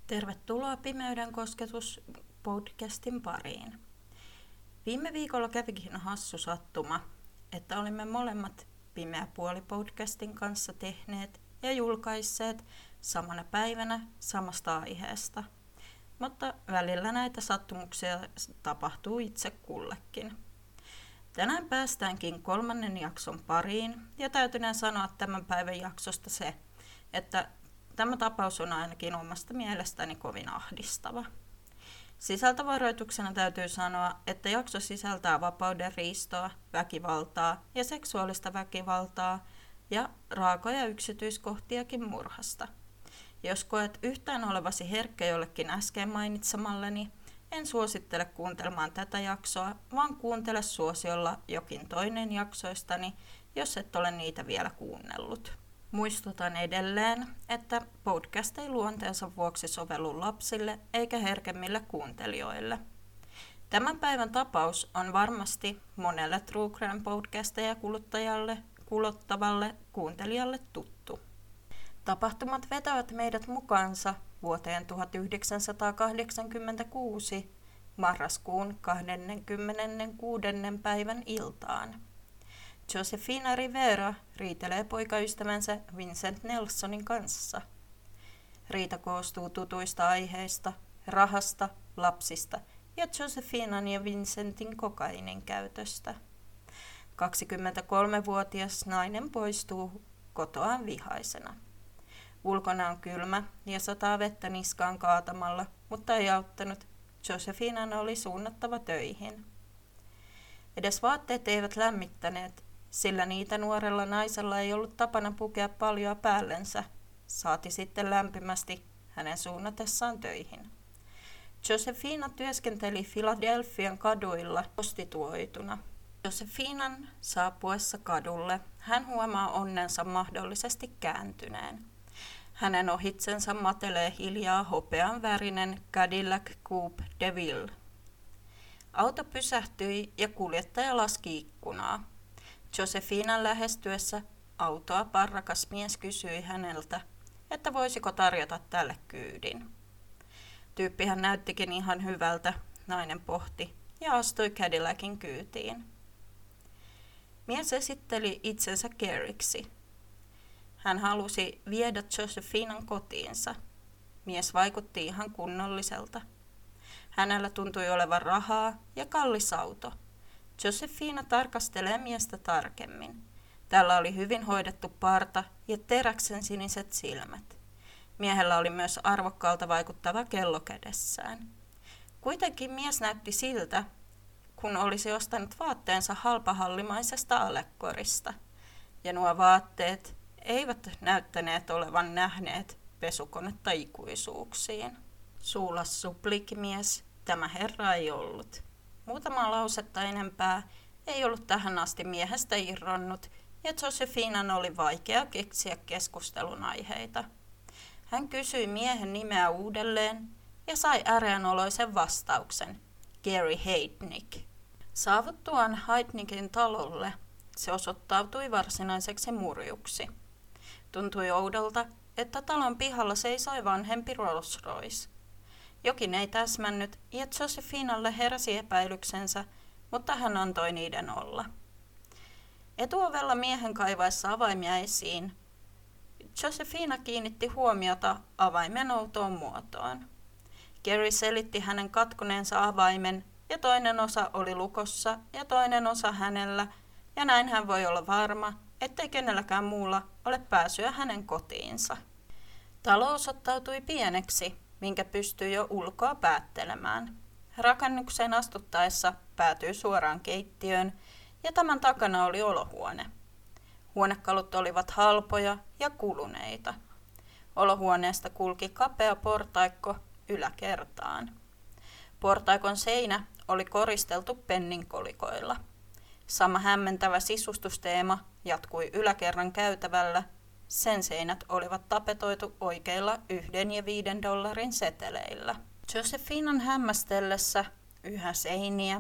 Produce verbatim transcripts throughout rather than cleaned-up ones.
Tervetuloa Pimeyden kosketus podcastin pariin. Viime viikolla kävikin hassu sattuma, että olimme molemmat Pimeä puoli podcastin kanssa tehneet ja julkaisseet samana päivänä samasta aiheesta. Mutta välillä näitä sattumuksia tapahtuu itse kullekin. Tänään päästäänkin kolmannen jakson pariin ja täytyneen sanoa tämän päivän jaksosta se, että tämä tapaus on ainakin omasta mielestäni kovin ahdistava. Sisältövaroituksena täytyy sanoa, että jakso sisältää vapauden riistoa, väkivaltaa ja seksuaalista väkivaltaa ja raakoja yksityiskohtiakin murhasta. Jos koet yhtään olevasi herkkä jollekin äsken mainitsemalleni, en suosittele kuuntelemaan tätä jaksoa, vaan kuuntele suosiolla jokin toinen jaksoistani, jos et ole niitä vielä kuunnellut. Muistutan edelleen, että podcast ei luonteensa vuoksi sovellu lapsille eikä herkemmille kuuntelijoille. Tämän päivän tapaus on varmasti monelle True Crime podcasteja kuluttajalle, kuluttavalle kuuntelijalle tuttu. Tapahtumat vetävät meidät mukaansa vuoteen tuhatyhdeksänsataakahdeksankymmentäkuusi marraskuun kahdeskymmeneskuudes päivän iltaan. Josefina Rivera riitelee poikaystävänsä Vincent Nelsonin kanssa. Riita koostuu tutuista aiheista, rahasta, lapsista ja Josefinan ja Vincentin kokainin käytöstä. kaksikymmentäkolmevuotias nainen poistuu kotoaan vihaisena. Ulkona on kylmä ja sataa vettä niskaan kaatamalla, mutta ei auttanut. Josefinan oli suunnattava töihin. Edes vaatteet eivät lämmittäneet, sillä niitä nuorella naisella ei ollut tapana pukea paljon päällensä, saati sitten lämpimästi hänen suunnatessaan töihin. Josefina työskenteli Philadelphian kaduilla prostituoituna. Josefinan saapuessa kadulle hän huomaa onnensa mahdollisesti kääntyneen. Hänen ohitsensa matelee hiljaa hopean värinen Cadillac Coupe de Ville. Auto pysähtyi ja kuljettaja laski ikkunaa. Josefinan lähestyessä autoa parrakas mies kysyi häneltä, että voisiko tarjota tälle kyydin. Tyyppihän näyttikin ihan hyvältä, nainen pohti ja astui Cadillacin kyytiin. Mies esitteli itsensä Garyksi. Hän halusi viedä Josefinan kotiinsa. Mies vaikutti ihan kunnolliselta. Hänellä tuntui olevan rahaa ja kallis auto. Josefina tarkastelee miestä tarkemmin. Tällä oli hyvin hoidettu parta ja teräksen siniset silmät. Miehellä oli myös arvokkaalta vaikuttava kello kädessään. Kuitenkin mies näytti siltä, kun olisi ostanut vaatteensa halpahallimaisesta Alekkorista. Ja nuo vaatteet eivät näyttäneet olevan nähneet pesukonetta ikuisuuksiin. Suulas suplikmies, tämä herra ei ollut. Muutama lausetta enempää ei ollut tähän asti miehestä irronnut, ja Josefinan oli vaikea keksiä keskustelun aiheita. Hän kysyi miehen nimeä uudelleen ja sai äreänoloisen vastauksen, Gary Heidnik. Saavuttuaan Heidnikin talolle se osoittautui varsinaiseksi murjuksi. Tuntui oudolta, että talon pihalla seisoi vanhempi Rolls Royce. Jokin ei täsmännyt ja Josefinalle heräsi epäilyksensä, mutta hän antoi niiden olla. Etuovella miehen kaivaessa avaimia esiin, Josefina kiinnitti huomiota avaimen outoon muotoon. Gary selitti hänen katkoneensa avaimen ja toinen osa oli lukossa ja toinen osa hänellä, ja näin hän voi olla varma, ettei kenelläkään muulla ole pääsyä hänen kotiinsa. Talo osoittautui pieneksi, minkä pystyi jo ulkoa päättelemään. Rakennukseen astuttaessa päätyi suoraan keittiöön ja tämän takana oli olohuone. Huonekalut olivat halpoja ja kuluneita. Olohuoneesta kulki kapea portaikko yläkertaan. Portaikon seinä oli koristeltu penninkolikoilla. Sama hämmentävä sisustusteema jatkui yläkerran käytävällä. Sen seinät olivat tapetoitu oikeilla yhden ja viiden dollarin seteleillä. Josefinan hämmästellessä yhä seiniä,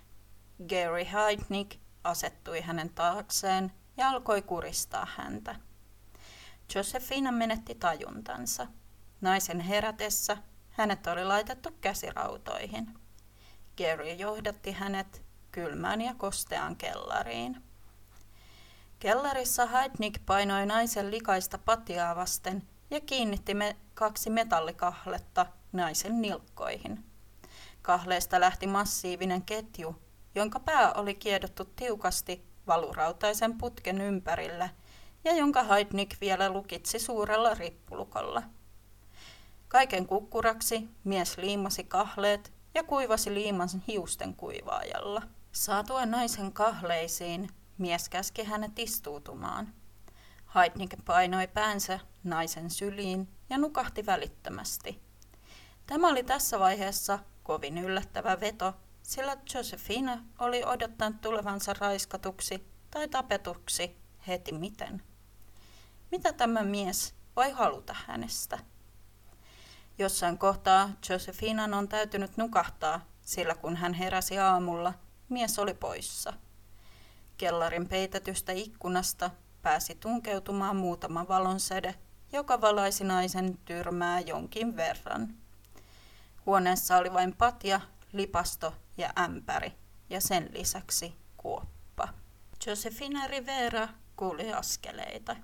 Gary Heidnik asettui hänen taakseen ja alkoi kuristaa häntä. Josefina menetti tajuntansa. Naisen herätessä hänet oli laitettu käsirautoihin. Gary johdatti hänet kylmään ja kosteaan kellariin. Kellarissa Heidnik painoi naisen likaista patjaa vasten ja kiinnitti me kaksi metallikahletta naisen nilkkoihin. Kahleesta lähti massiivinen ketju, jonka pää oli kiedottu tiukasti valurautaisen putken ympärillä ja jonka Heidnik vielä lukitsi suurella rippulukolla. Kaiken kukkuraksi mies liimasi kahleet ja kuivasi liiman hiusten kuivaajalla. Saatua naisen kahleisiin, mies käski hänet istuutumaan. Heidnik painoi päänsä naisen syliin ja nukahti välittömästi. Tämä oli tässä vaiheessa kovin yllättävä veto, sillä Josephina oli odottanut tulevansa raiskatuksi tai tapetuksi heti miten. Mitä tämä mies voi haluta hänestä? Jossain kohtaa Josephinan on täytynyt nukahtaa, sillä kun hän heräsi aamulla, mies oli poissa. Kellarin peitetystä ikkunasta pääsi tunkeutumaan muutama valonsäde, joka valaisi naisen tyrmää jonkin verran. Huoneessa oli vain patja, lipasto ja ämpäri, ja sen lisäksi kuoppa. Josephina Rivera kuuli askeleita.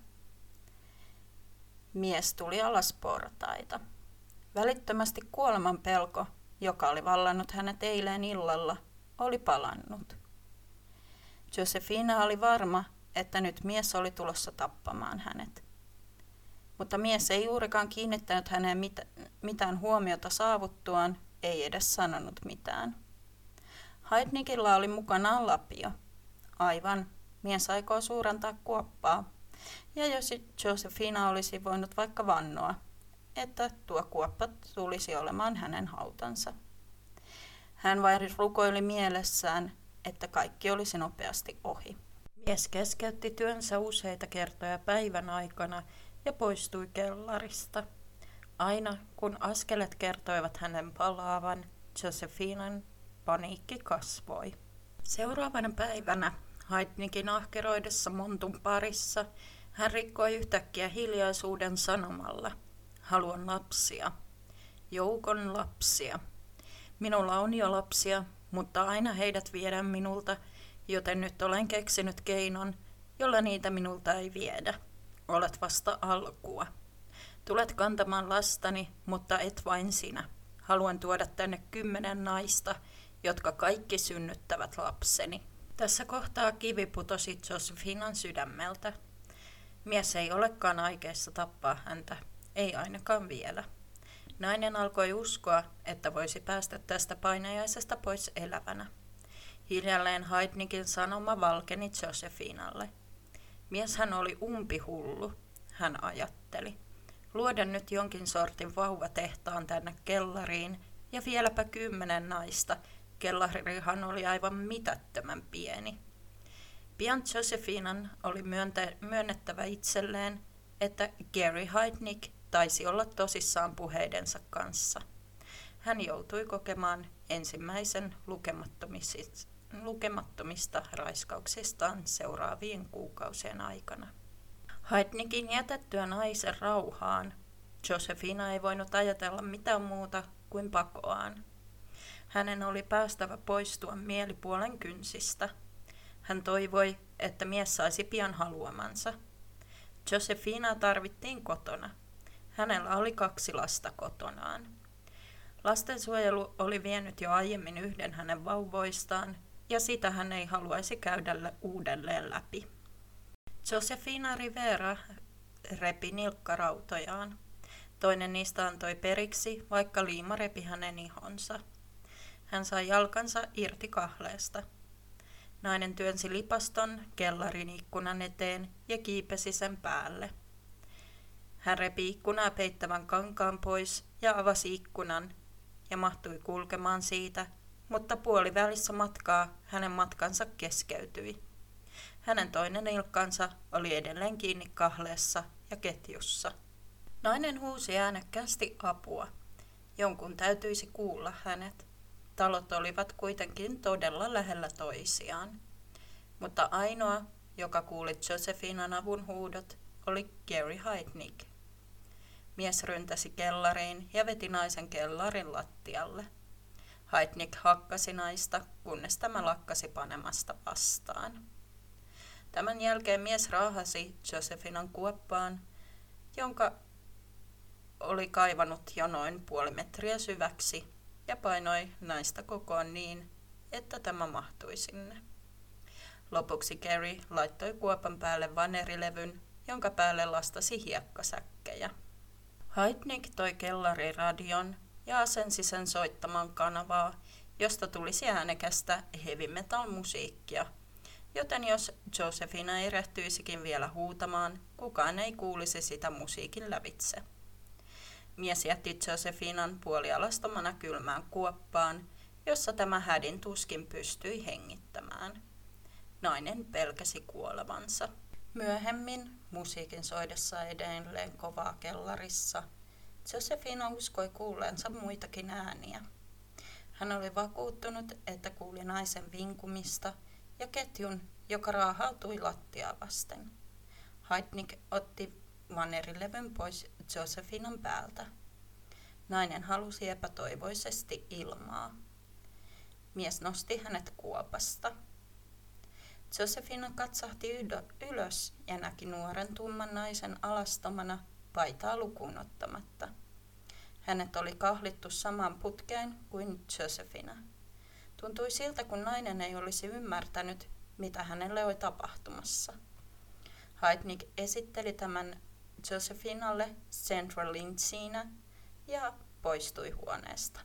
Mies tuli alas portaita. Välittömästi kuoleman pelko, joka oli vallannut hänet eilen illalla, oli palannut. Josephina oli varma, että nyt mies oli tulossa tappamaan hänet. Mutta mies ei juurikaan kiinnittänyt häneen mit- mitään huomiota saavuttuaan, ei edes sanonut mitään. Heidnikilla oli mukanaan lapio. Aivan, mies aikoo suurentaa kuoppaa. Ja jos Josephina olisi voinut vaikka vannoa, että tuo kuoppa tulisi olemaan hänen hautansa. Hän vain rukoili mielessään, että kaikki olisi nopeasti ohi. Mies keskeytti työnsä useita kertoja päivän aikana ja poistui kellarista. Aina kun askelet kertoivat hänen palaavan, Josephinan paniikki kasvoi. Seuraavana päivänä Heidnikin ahkeroidessa montun parissa hän rikkoi yhtäkkiä hiljaisuuden sanomalla: haluan lapsia. Joukon lapsia. Minulla on jo lapsia, mutta aina heidät viedään minulta, joten nyt olen keksinyt keinon, jolla niitä minulta ei viedä. Olet vasta alkua. Tulet kantamaan lastani, mutta et vain sinä. Haluan tuoda tänne kymmenen naista, jotka kaikki synnyttävät lapseni. Tässä kohtaa kivi putosi Josephinan sydämeltä. Mies ei olekaan aikeissa tappaa häntä, ei ainakaan vielä. Nainen alkoi uskoa, että voisi päästä tästä painajaisesta pois elävänä. Hiljalleen Heidnikin sanoma valkeni Josephinalle. Mieshän oli umpihullu, hän ajatteli. Luoda nyt jonkin sortin vauvatehtaan tänne kellariin ja vieläpä kymmenen naista. Kellarihan oli aivan mitättömän pieni. Pian Josephinan oli myöntä, myönnettävä itselleen, että Gary Heidnik taisi olla tosissaan puheidensa kanssa. Hän joutui kokemaan ensimmäisen lukemattomista raiskauksistaan seuraavien kuukausien aikana. Heidnikin jätettyä naisen rauhaan, Josephina ei voinut ajatella mitään muuta kuin pakoaan. Hänen oli päästävä pois tuon mielipuolen kynsistä. Hän toivoi, että mies saisi pian haluamansa. Josephina tarvittiin kotona. Hänellä oli kaksi lasta kotonaan. Lastensuojelu oli vienyt jo aiemmin yhden hänen vauvoistaan, ja sitä hän ei haluaisi käydä uudelleen läpi. Josephina Rivera repi nilkkarautojaan. Toinen niistä antoi periksi, vaikka liima repi hänen ihonsa. Hän sai jalkansa irti kahleesta. Nainen työnsi lipaston kellarin ikkunan eteen ja kiipesi sen päälle. Hän repi ikkunaa peittävän kankaan pois ja avasi ikkunan ja mahtui kulkemaan siitä, mutta puolivälissä matkaa hänen matkansa keskeytyi. Hänen toinen nilkkansa oli edelleen kiinni kahleessa ja ketjussa. Nainen huusi äänekkäästi apua. Jonkun täytyisi kuulla hänet. Talot olivat kuitenkin todella lähellä toisiaan. Mutta ainoa, joka kuuli Josephinan avun huudot, oli Gary Heidnik. Mies ryntäsi kellariin ja veti naisen kellarin lattialle. Heidnik hakkasi naista, kunnes tämä lakkasi panemasta vastaan. Tämän jälkeen mies raahasi Josephinan kuoppaan, jonka oli kaivanut jo noin puoli metriä syväksi, ja painoi naista kokoon niin, että tämä mahtui sinne. Lopuksi Gary laittoi kuopan päälle vanerilevyn, jonka päälle lastasi hiekkasäkkejä. Heidnik toi kellariradion ja asensi sen soittamaan kanavaa, josta tulisi äänekästä heavy metal musiikkia, joten jos Josephina erehtyisikin vielä huutamaan, kukaan ei kuulisi sitä musiikin lävitse. Mies jätti Josephinan puolialastomana kylmään kuoppaan, jossa tämä hädin tuskin pystyi hengittämään. Nainen pelkäsi kuolevansa. Myöhemmin, musiikin soidessa edelleen kovaa kellarissa, Josephina uskoi kuulleensa muitakin ääniä. Hän oli vakuuttunut, että kuuli naisen vinkumista ja ketjun, joka raahautui lattiaa vasten. Heidnik otti vanerilevyn pois Josephinan päältä. Nainen halusi epätoivoisesti ilmaa. Mies nosti hänet kuopasta. Josephina katsahti ylös ja näki nuoren tumman naisen alastomana, paitaa lukuun ottamatta. Hänet oli kahlittu samaan putkeen kuin Josephina. Tuntui siltä, kun nainen ei olisi ymmärtänyt, mitä hänelle oli tapahtumassa. Heidnik esitteli tämän Josephinalle Central Lynchina ja poistui huoneesta.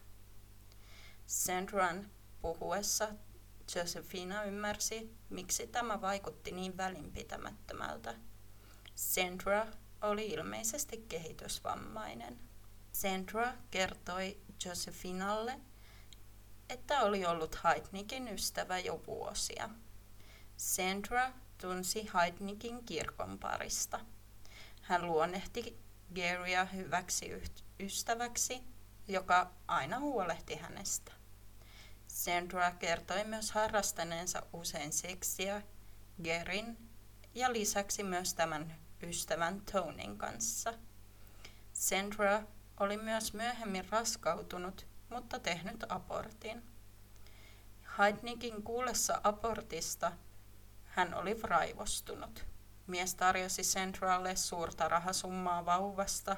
Centran puhuessa Josephina ymmärsi, miksi tämä vaikutti niin välinpitämättömältä. Centra oli ilmeisesti kehitysvammainen. Centra kertoi Josephinalle, että oli ollut Heidnikin ystävä jo vuosia. Centra tunsi Heidnikin kirkon parista. Hän luonnehti Garya hyväksi ystäväksi, joka aina huolehti hänestä. Centra kertoi myös harrastaneensa usein seksiä Garyn ja lisäksi myös tämän ystävän Tonin kanssa. Centra oli myös myöhemmin raskautunut, mutta tehnyt abortin. Heidnikin kuullessa abortista hän oli raivostunut. Mies tarjosi Centralle suurta rahasummaa vauvasta,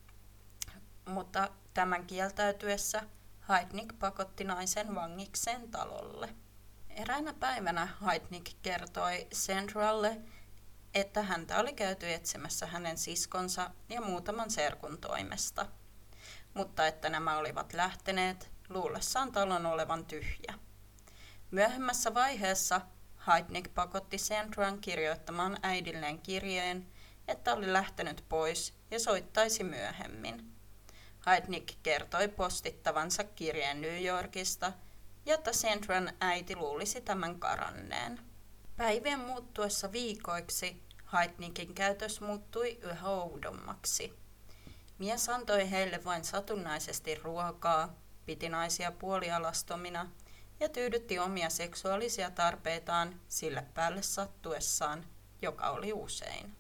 mutta tämän kieltäytyessä Heidnik pakotti naisen vangikseen talolle. Eräänä päivänä Heidnik kertoi Centralle, että häntä oli käyty etsimässä hänen siskonsa ja muutaman serkun toimesta, mutta että nämä olivat lähteneet luullessaan talon olevan tyhjä. Myöhemmässä vaiheessa Heidnik pakotti Centran kirjoittamaan äidilleen kirjeen, että oli lähtenyt pois ja soittaisi myöhemmin. Heidnik kertoi postittavansa kirjeen New Yorkista, jotta Centran äiti luulisi tämän karanneen. Päivien muuttuessa viikoiksi Heidnikin käytös muuttui yhä oudommaksi. Mies antoi heille vain satunnaisesti ruokaa, piti naisia puolialastomina ja tyydytti omia seksuaalisia tarpeitaan sille päälle sattuessaan, joka oli usein.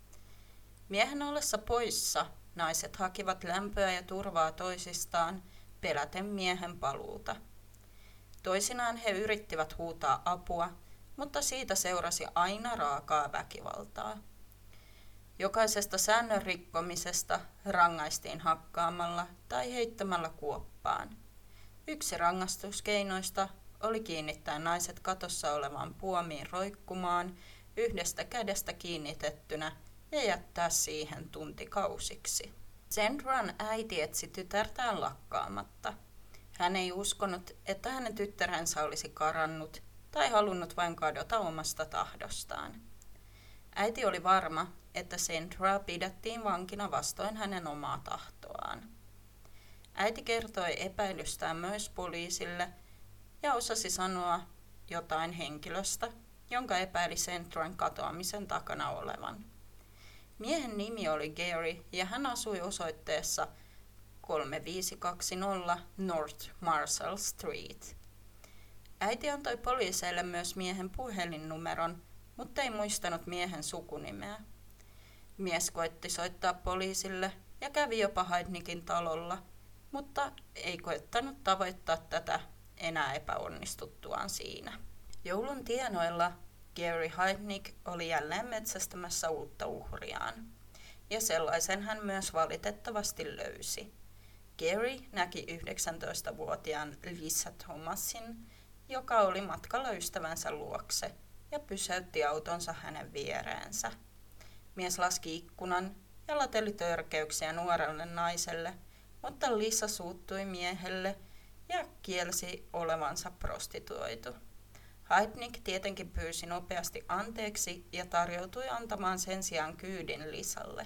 Miehen ollessa poissa naiset hakivat lämpöä ja turvaa toisistaan peläten miehen paluuta. Toisinaan he yrittivät huutaa apua, mutta siitä seurasi aina raakaa väkivaltaa. Jokaisesta säännön rikkomisesta rangaistiin hakkaamalla tai heittämällä kuoppaan. Yksi rangaistuskeinoista oli kiinnittää naiset katossa olevaan puomiin roikkumaan yhdestä kädestä kiinnitettynä ja jättää siihen tuntikausiksi. Centran äiti etsi tytärtään lakkaamatta. Hän ei uskonut, että hänen tyttärensä olisi karannut tai halunnut vain kadota omasta tahdostaan. Äiti oli varma, että Centraa pidettiin vankina vastoin hänen omaa tahtoaan. Äiti kertoi epäilystään myös poliisille ja osasi sanoa jotain henkilöstä, jonka epäili Centran katoamisen takana olevan. Miehen nimi oli Gary ja hän asui osoitteessa kolme viisi kaksi nolla North Marshall Street. Äiti antoi poliiseille myös miehen puhelinnumeron, mutta ei muistanut miehen sukunimeä. Mies koitti soittaa poliisille, ja kävi jopa Heidnickin talolla, mutta ei koettanut tavoittaa tätä enää epäonnistuttuaan siinä. Joulun tienoilla Gary Heidnik oli jälleen metsästämässä uutta uhriaan, ja sellaisen hän myös valitettavasti löysi. Gary näki yhdeksäntoistavuotiaan Lisa Thomasin, joka oli matkalla ystävänsä luokse, ja pysäytti autonsa hänen viereensä. Mies laski ikkunan ja lateli törkeyksiä nuorelle naiselle, mutta Lisa suuttui miehelle ja kielsi olevansa prostituoitu. Heidnik tietenkin pyysi nopeasti anteeksi ja tarjoutui antamaan sen sijaan kyydin Lisalle.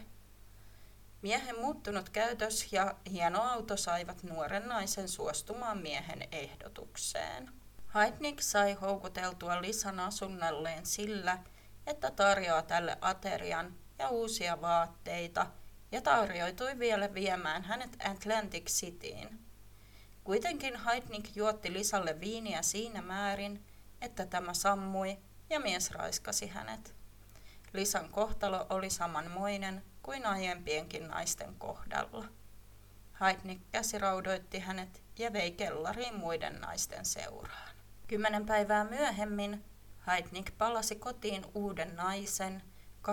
Miehen muuttunut käytös ja hieno auto saivat nuoren naisen suostumaan miehen ehdotukseen. Heidnik sai houkuteltua Lisan asunnolleen sillä, että tarjoaa tälle aterian ja uusia vaatteita ja tarjoutui vielä viemään hänet Atlantic Cityin. Kuitenkin Heidnik juotti Lisalle viiniä siinä määrin, että tämä sammui ja mies raiskasi hänet. Lisan kohtalo oli samanmoinen kuin aiempienkin naisten kohdalla. Heidnik käsiraudoitti hänet ja vei kellariin muiden naisten seuraan. Kymmenen päivää myöhemmin Heidnik palasi kotiin uuden naisen,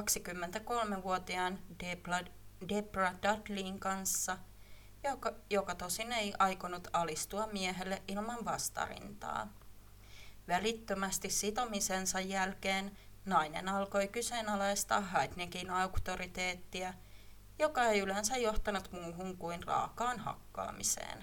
kaksikymmentäkolmevuotiaan Deborah Dudleyn kanssa, joka, joka tosin ei aikonut alistua miehelle ilman vastarintaa. Välittömästi sitomisensa jälkeen nainen alkoi kyseenalaistaa Heidnikin auktoriteettia, joka ei yleensä johtanut muuhun kuin raakaan hakkaamiseen.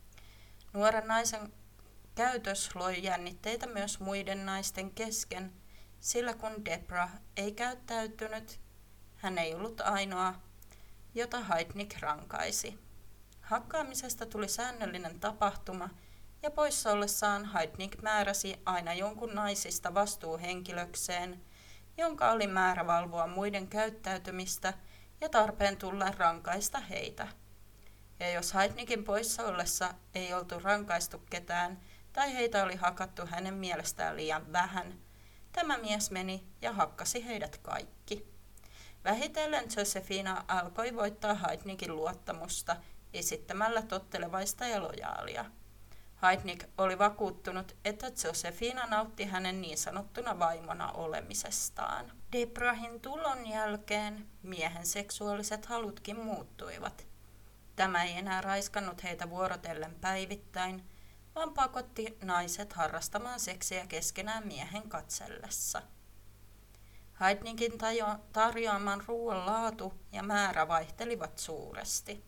Nuoren naisen käytös loi jännitteitä myös muiden naisten kesken, sillä kun Deborah ei käyttäytynyt, hän ei ollut ainoa, jota Heidnik rankaisi. Hakkaamisesta tuli säännöllinen tapahtuma, ja poissa ollessaan Heidnik määräsi aina jonkun naisista vastuuhenkilökseen, jonka oli määrä valvoa muiden käyttäytymistä ja tarpeen tulla rankaista heitä. Ja jos Heidnikin poissa ollessa ei oltu rankaistu ketään tai heitä oli hakattu hänen mielestään liian vähän, tämä mies meni ja hakkasi heidät kaikki. Vähitellen Josefina alkoi voittaa Heidnikin luottamusta esittämällä tottelevaista ja lojaalia. Heidnik oli vakuuttunut, että Josefina nautti hänen niin sanottuna vaimona olemisestaan. Deborahin tulon jälkeen miehen seksuaaliset halutkin muuttuivat. Tämä ei enää raiskannut heitä vuorotellen päivittäin, vaan pakotti naiset harrastamaan seksiä keskenään miehen katsellessa. Heidnikin tarjoaman ruoan laatu ja määrä vaihtelivat suuresti.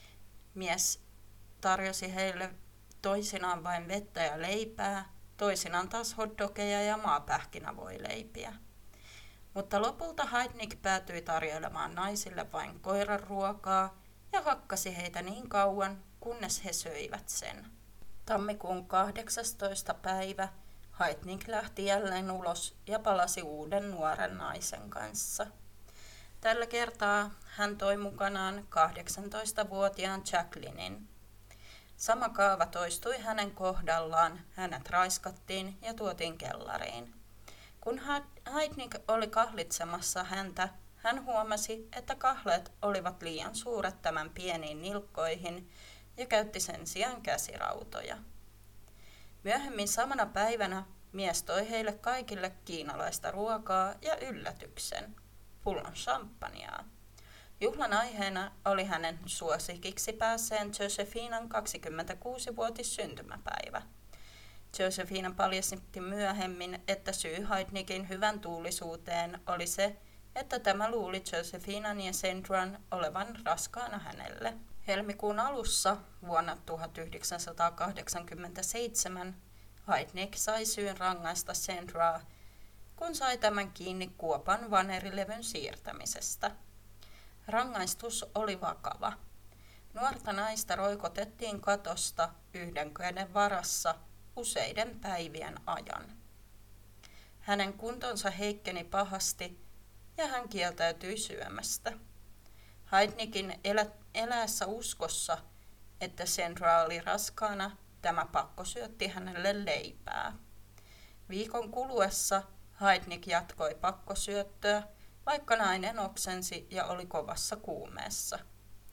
Mies tarjosi heille toisinaan vain vettä ja leipää, toisinaan taas hotdogeja ja maapähkinävoileipiä. Mutta lopulta Heidnik päätyi tarjoilemaan naisille vain koiran ruokaa ja hakkasi heitä niin kauan, kunnes he söivät sen. Tammikuun kahdeksastoista päivä Heidnik lähti jälleen ulos ja palasi uuden nuoren naisen kanssa. Tällä kertaa hän toi mukanaan kahdeksantoistavuotiaan Jacquelinen. Sama kaava toistui hänen kohdallaan, hänet raiskattiin ja tuotiin kellariin. Kun Heidnik oli kahlitsemassa häntä, hän huomasi, että kahleet olivat liian suuret tämän pieniin nilkkoihin ja käytti sen sijaan käsirautoja. Myöhemmin samana päivänä mies toi heille kaikille kiinalaista ruokaa ja yllätyksen, pullon champagnea. Juhlan aiheena oli hänen suosikiksi päässeen Josefinan kaksikymmentäkuusivuotis syntymäpäivä. Josefina paljasti myöhemmin, että syy Heidnikin hyvän tuulisuuteen oli se, että tämä luuli Josefinan ja Sandran olevan raskaana hänelle. Helmikuun alussa vuonna tuhatyhdeksänsataakahdeksankymmentäseitsemän Heidnik sai syyn rangaista Sandraa, kun sai tämän kiinni Kuopan vanerilevyn siirtämisestä. Rangaistus oli vakava. Nuorta naista roikotettiin katosta yhden käden varassa useiden päivien ajan. Hänen kuntonsa heikkeni pahasti ja hän kieltäytyi syömästä. Heidnikin elä, eläessä uskossa, että Sandra oli raskaana, tämä pakko syötti hänelle leipää. Viikon kuluessa Heidnik jatkoi pakkosyöttöä, vaikka nainen oksensi ja oli kovassa kuumeessa.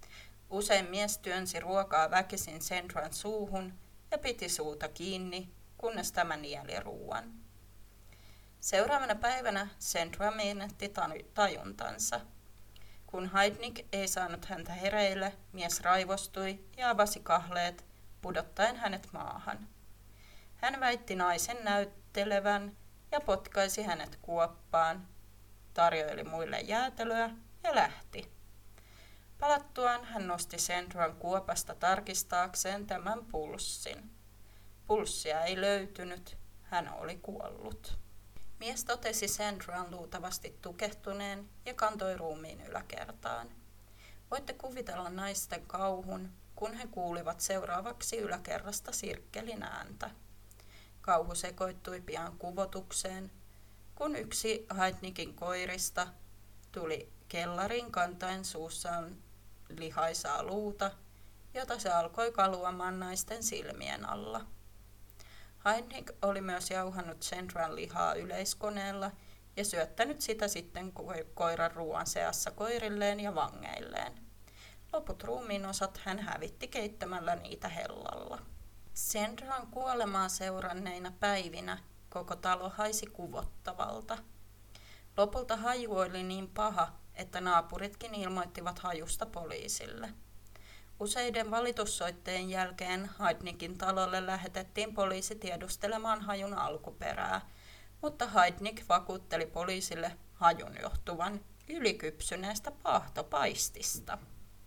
Usein mies työnsi ruokaa väkisin Sandran suuhun ja piti suuta kiinni, kunnes tämä nieli ruuan. Seuraavana päivänä Sandra menetti tajuntansa. Kun Heidnik ei saanut häntä hereille, mies raivostui ja avasi kahleet, pudottaen hänet maahan. Hän väitti naisen näyttelevän ja potkaisi hänet kuoppaan, tarjoili muille jäätelöä ja lähti. Palattuaan hän nosti Sandran kuopasta tarkistaakseen tämän pulssin. Pulssia ei löytynyt, hän oli kuollut. Mies totesi Sandran luultavasti tukehtuneen ja kantoi ruumiin yläkertaan. Voitte kuvitella naisten kauhun, kun he kuulivat seuraavaksi yläkerrasta sirkkelin ääntä. Kauhu sekoittui pian kuvotukseen, kun yksi Heidnikin koirista tuli kellariin kantaen suussaan lihaisaa luuta, jota se alkoi kaluamaan naisten silmien alla. Heidnik oli myös jauhannut Sandran lihaa yleiskoneella ja syöttänyt sitä sitten koiran ruoan seassa koirilleen ja vangeilleen. Loput ruumiin osat hän hävitti keittämällä niitä hellalla. Sandran kuolemaa seuranneina päivinä koko talo haisi kuvottavalta. Lopulta haju oli niin paha, että naapuritkin ilmoittivat hajusta poliisille. Useiden valitussoitteen jälkeen Heidnikin talolle lähetettiin poliisi tiedustelemaan hajun alkuperää, mutta Heidnik vakuutteli poliisille hajun johtuvan ylikypsyneestä paahtopaistista.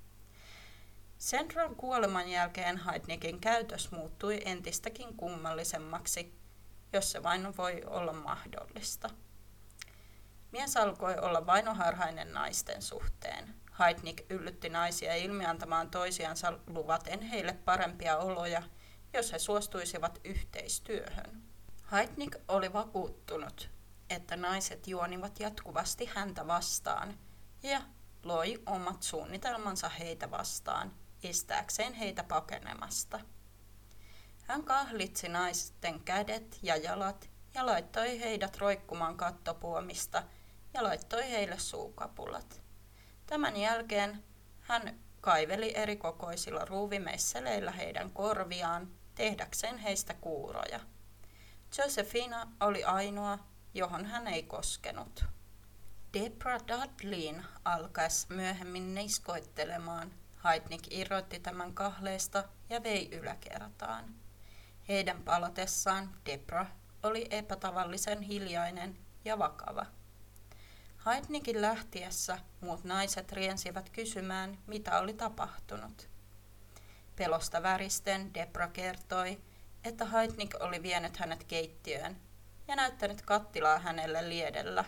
Sandran kuoleman jälkeen Heidnikin käytös muuttui entistäkin kummallisemmaksi, jos se vain voi olla mahdollista. Mies alkoi olla vainoharhainen naisten suhteen. Heidnik yllytti naisia ilmiantamaan toisiansa luvaten heille parempia oloja, jos he suostuisivat yhteistyöhön. Heidnik oli vakuuttunut, että naiset juonivat jatkuvasti häntä vastaan ja loi omat suunnitelmansa heitä vastaan, estääkseen heitä pakenemasta. Hän kahlitsi naisten kädet ja jalat ja laittoi heidät roikkumaan kattopuomista ja laittoi heille suukapulat. Tämän jälkeen hän kaiveli erikokoisilla ruuvimeisseleillä heidän korviaan tehdäkseen heistä kuuroja. Josephina oli ainoa, johon hän ei koskenut. Deborah Dudleyn alkaessa myöhemmin niskoittelemaan, Heidnik irrotti tämän kahleesta ja vei yläkertaan. Heidän palatessaan Deborah oli epätavallisen hiljainen ja vakava. Heidnikin lähtiessä muut naiset riensivät kysymään, mitä oli tapahtunut. Pelosta väristen Deborah kertoi, että Heidnik oli vienyt hänet keittiöön ja näyttänyt kattilaa hänelle liedellä.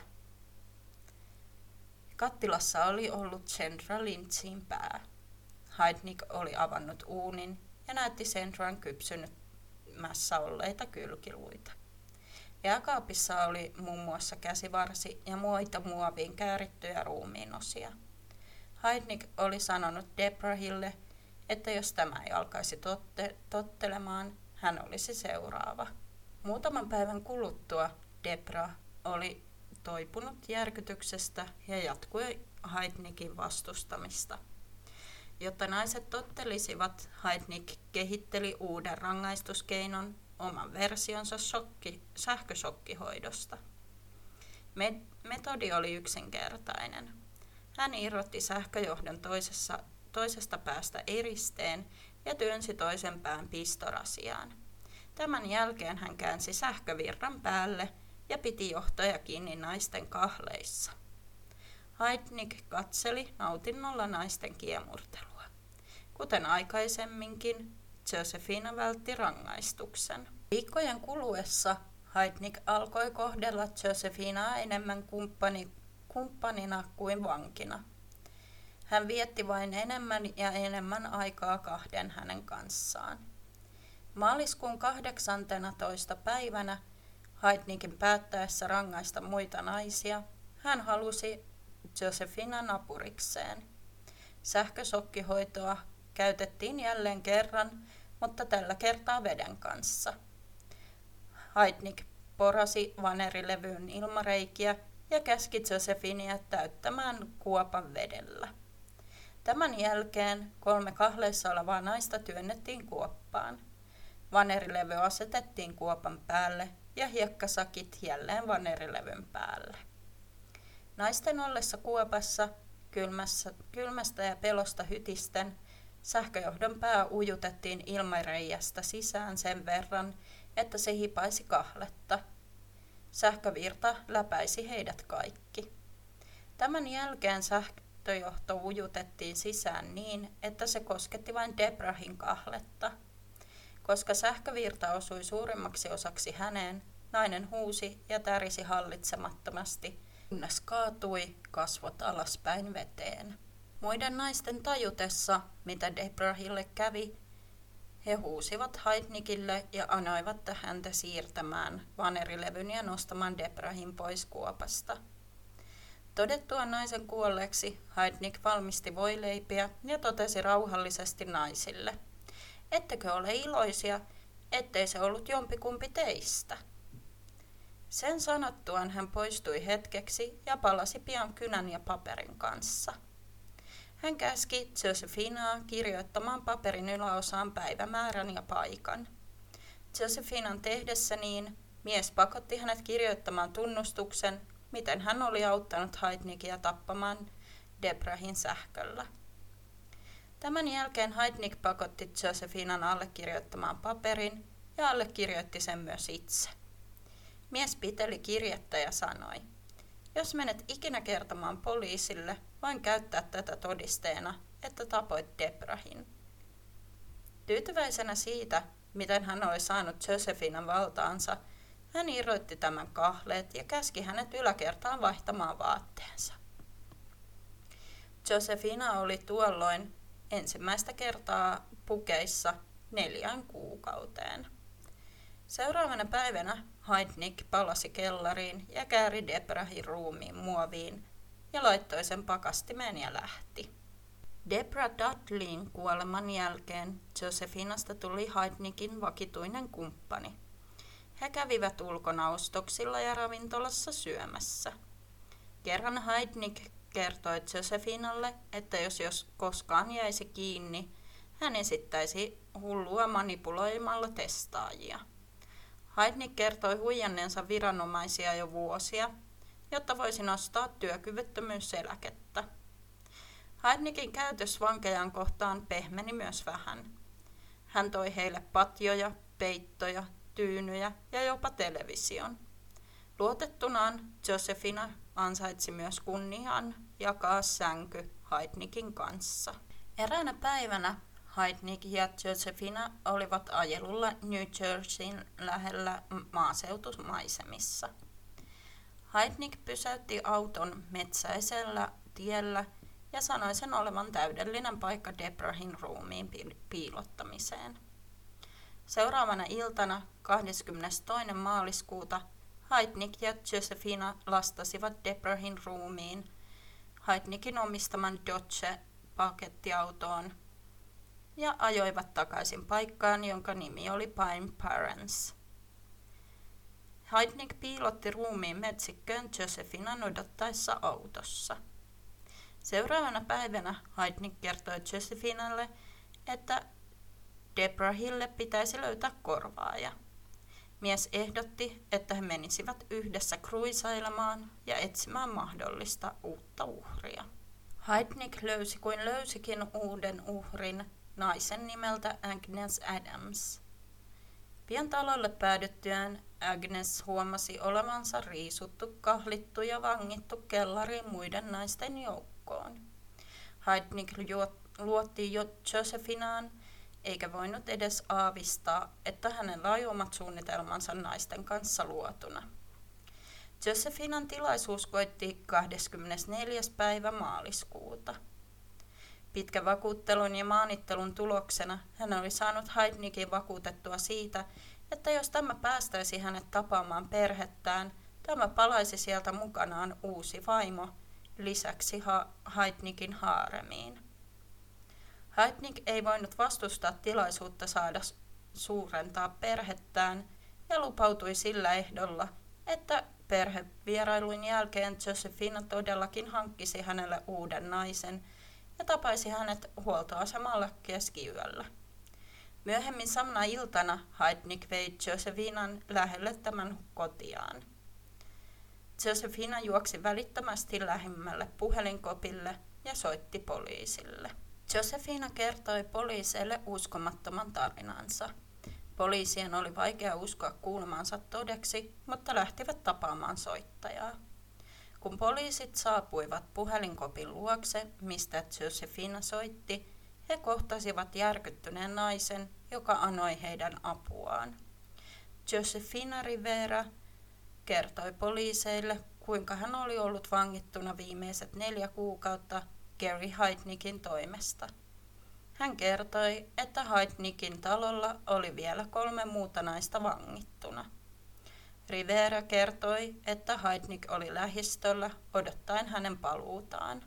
Kattilassa oli ollut Sandra Lynchin pää. Heidnik oli avannut uunin ja näytti Sandran kypsymässä olleita kylkiluita. Jääkaapissa oli muun muassa käsivarsi ja muita muoviin käärittyjä ruumiinosia. Heidnik oli sanonut Deborahille, että jos tämä ei alkaisi totte- tottelemaan, hän olisi seuraava. Muutaman päivän kuluttua Deborah oli toipunut järkytyksestä ja jatkui Heidnikin vastustamista. Jotta naiset tottelisivat, Heidnik kehitteli uuden rangaistuskeinon, oman versionsa shokki, sähköshokkihoidosta. Metodi oli yksinkertainen. Hän irrotti sähköjohdon toisessa, toisesta päästä eristeen ja työnsi toisen pään pistorasiaan. Tämän jälkeen hän käänsi sähkövirran päälle ja piti johtoja kiinni naisten kahleissa. Heidnik katseli nautinnolla naisten kiemurtelua. Kuten aikaisemminkin, Josephina vältti rangaistuksen. Viikkojen kuluessa Heidnik alkoi kohdella Josephinaa enemmän kumppani, kumppanina kuin vankina. Hän vietti vain enemmän ja enemmän aikaa kahden hänen kanssaan. Maaliskuun kahdeksanteenatoista päivänä Heidnikin päättäessä rangaista muita naisia, hän halusi Josephina napurikseen. Sähkösokkihoitoa käytettiin jälleen kerran, mutta tällä kertaa veden kanssa. Heidnik porasi vanerilevyyn ilmareikiä ja käski Josephinia täyttämään kuopan vedellä. Tämän jälkeen kolme kahleissa olevaa naista työnnettiin kuoppaan. Vanerilevy asetettiin kuopan päälle ja hiekkasakit jälleen vanerilevyn päälle. Naisten ollessa kuopassa, kylmässä, kylmästä ja pelosta hytisten, sähköjohdon pää ujutettiin ilmareiästä sisään sen verran, että se hipaisi kahletta. Sähkövirta läpäisi heidät kaikki. Tämän jälkeen sähköjohto ujutettiin sisään niin, että se kosketti vain Debrahin kahletta. Koska sähkövirta osui suurimmaksi osaksi häneen, nainen huusi ja tärisi hallitsemattomasti, kunnes kaatui kasvot alaspäin veteen. Muiden naisten tajutessa, mitä Debrahille kävi, he huusivat Heidnickille ja anoivat häntä siirtämään vanerilevyn ja nostamaan Debrahin pois kuopasta. Todettua naisen kuolleeksi Heidnick valmisti voileipiä ja totesi rauhallisesti naisille: "Ettekö ole iloisia, ettei se ollut jompikumpi teistä?" Sen sanottuaan hän poistui hetkeksi ja palasi pian kynän ja paperin kanssa. Hän käski Josephinaa kirjoittamaan paperin yläosaan päivämäärän ja paikan. Josephinan tehdessä niin, mies pakotti hänet kirjoittamaan tunnustuksen, miten hän oli auttanut Heidnickia tappamaan Debrahin sähköllä. Tämän jälkeen Heidnick pakotti Josephinan allekirjoittamaan paperin ja allekirjoitti sen myös itse. Mies piteli kirjettä ja sanoi: "Jos menet ikinä kertomaan poliisille, voin käyttää tätä todisteena, että tapoit Debrahin." Tyytyväisenä siitä, miten hän oli saanut Josephinan valtaansa, hän irrotti tämän kahleet ja käski hänet yläkertaan vaihtamaan vaatteensa. Josephina oli tuolloin ensimmäistä kertaa pukeissa neljään kuukauteen. Seuraavana päivänä Heidnick palasi kellariin ja kääri Debrahin ruumiin muoviin ja laittoi sen pakastimeen ja lähti. Deborah Dudleyn kuoleman jälkeen Josephinasta tuli Heidnickin vakituinen kumppani. He kävivät ulkona ostoksilla ja ravintolassa syömässä. Kerran Heidnick kertoi Josephinalle, että jos, jos koskaan jäisi kiinni, hän esittäisi hullua manipuloimalla testaajia. Heidnick kertoi huijanneensa viranomaisia jo vuosia, jotta voisi nostaa työkyvyttömyyseläkettä. Heidnickin käytös vankejaan kohtaan pehmeni myös vähän. Hän toi heille patjoja, peittoja, tyynyjä ja jopa television. Luotettunaan Josephina ansaitsi myös kunnian jakaa sänky Heidnickin kanssa. Eräänä päivänä Heidnick ja Josephina olivat ajelulla New Jerseyn lähellä maaseutumaisemissa. Heidnick pysäytti auton metsäisellä tiellä ja sanoi sen olevan täydellinen paikka Debrahin ruumiin piilottamiseen. Seuraavana iltana kahdeskymmenestoinen maaliskuuta Heidnick ja Josephina lastasivat Debrahin ruumiin Heidnickin omistaman Dodge-pakettiautoon ja ajoivat takaisin paikkaan, jonka nimi oli Pine Barrens. Heidnick piilotti ruumiin metsikköön Josephinan odottaessa autossa. Seuraavana päivänä Heidnick kertoi Josephinalle, että Debrahille pitäisi löytää korvaaja. Mies ehdotti, että he menisivät yhdessä kruisailemaan ja etsimään mahdollista uutta uhria. Heidnick löysi kuin löysikin uuden uhrin, naisen nimeltä Agnes Adams. Pian talolle päädyttyään Agnes huomasi olevansa riisuttu, kahlittu ja vangittu kellariin muiden naisten joukkoon. Heidnick luotti jo Josephinaan, eikä voinut edes aavistaa, että hänellä oli omat suunnitelmansa naisten kanssa luotuna. Josephinan tilaisuus koitti kahdeskymmenesneljäs päivä maaliskuuta. Pitkän vakuuttelun ja maanittelun tuloksena hän oli saanut Heidnickin vakuutettua siitä, että jos tämä päästäisi hänet tapaamaan perhettään, tämä palaisi sieltä mukanaan uusi vaimo, lisäksi ha- Heidnickin haaremiin. Heidnick ei voinut vastustaa tilaisuutta saada suurentaa perhettään ja lupautui sillä ehdolla, että perhevierailun jälkeen Josephina todellakin hankkisi hänelle uuden naisen ja tapaisi hänet huoltoasemalla keskiyöllä. Myöhemmin samana iltana Heidnik vei Josephinan lähelle tämän kotiaan. Josephina juoksi välittömästi lähimmälle puhelinkopille ja soitti poliisille. Josephina kertoi poliiseille uskomattoman tarinansa. Poliisien oli vaikea uskoa kuulemansa todeksi, mutta lähtivät tapaamaan soittajaa. Kun poliisit saapuivat puhelinkopin luokse, mistä Josephina soitti, he kohtasivat järkyttyneen naisen, joka anoi heidän apuaan. Josephina Rivera kertoi poliiseille, kuinka hän oli ollut vangittuna viimeiset neljä kuukautta Gary Heidnikin toimesta. Hän kertoi, että Heidnikin talolla oli vielä kolme muuta naista vangittuna. Rivera kertoi, että Heidnik oli lähistöllä odottaen hänen paluutaan.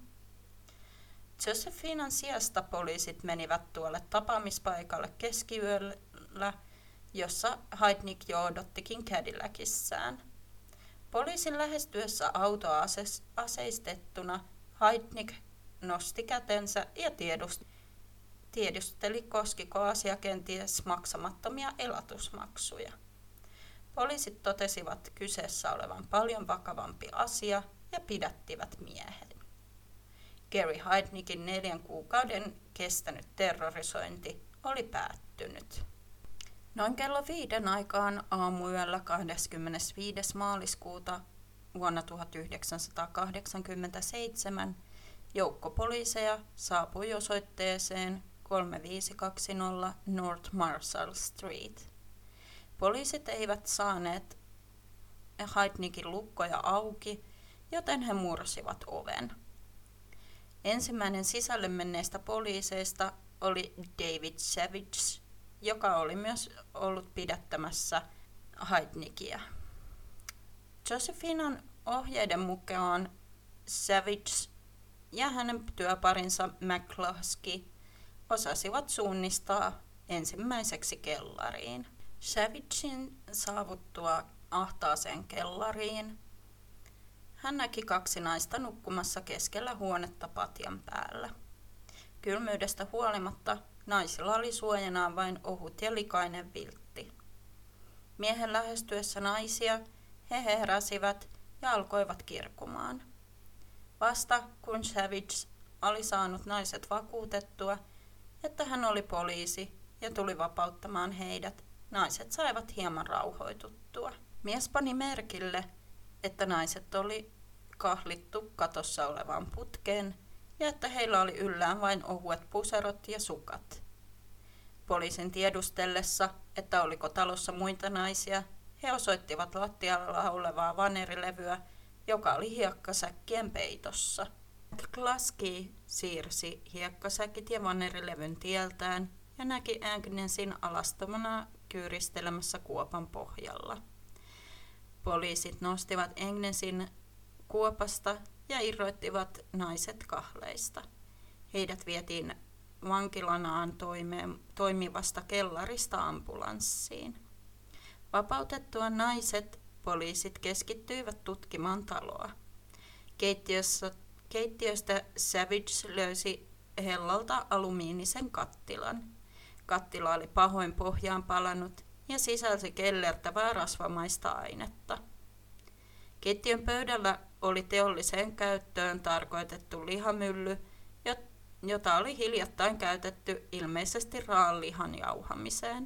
Josephinan sijasta poliisit menivät tuolle tapaamispaikalle keskiyöllä, jossa Heidnik jo odottikin Cadillacissään. Poliisin lähestyessä autoa aseistettuna Heidnik nosti kätensä ja tiedusteli, koskiko asia kenties maksamattomia elatusmaksuja. Poliisit totesivat kyseessä olevan paljon vakavampi asia ja pidättivät miehen. Gary Heidnikin neljän kuukauden kestänyt terrorisointi oli päättynyt. Noin kello viiden aikaan aamuyöllä kahdeskymmenesviides maaliskuuta vuonna tuhatyhdeksänsataakahdeksankymmentäseitsemän joukko poliiseja saapui osoitteeseen kolmekymmentäviisi kaksikymmentä North Marshall Street. Poliisit eivät saaneet Heidnikin lukkoja auki, joten he mursivat oven. Ensimmäinen sisälle menneistä poliiseista oli David Savage, joka oli myös ollut pidättämässä Heidnikia. Josephinan ohjeiden mukaan Savage ja hänen työparinsa McCluskey osasivat suunnistaa ensimmäiseksi kellariin. Savagein saavuttua ahtaaseen kellariin hän näki kaksi naista nukkumassa keskellä huonetta patjan päällä. Kylmyydestä huolimatta naisilla oli suojanaan vain ohut ja likainen viltti. Miehen lähestyessä naisia he heräsivät ja alkoivat kirkumaan. Vasta kun Savage oli saanut naiset vakuutettua, että hän oli poliisi ja tuli vapauttamaan heidät, naiset saivat hieman rauhoituttua. Mies pani merkille, että naiset oli kahlittu katossa olevaan putkeen ja että heillä oli yllään vain ohuet puserot ja sukat. Poliisin tiedustellessa, että oliko talossa muita naisia, he osoittivat lattialla olevaa vanerilevyä, joka oli hiekkasäkkien peitossa. McCluskey siirsi hiekkasäkit ja vanerilevyn tieltään ja näki Agnesin alastomana kyyristelemässä kuopan pohjalla. Poliisit nostivat Agnesin kuopasta ja irroittivat naiset kahleista. Heidät vietiin vankilanaan toimeen, toimivasta kellarista ambulanssiin. Vapautettua naiset poliisit keskittyivät tutkimaan taloa. Keittiössä, keittiöstä Savage löysi hellalta alumiinisen kattilan. Kattila oli pahoin pohjaan palannut ja sisälsi kellertävää rasvamaista ainetta. Keittiön pöydällä oli teolliseen käyttöön tarkoitettu lihamylly, jota oli hiljattain käytetty ilmeisesti raan lihan jauhamiseen.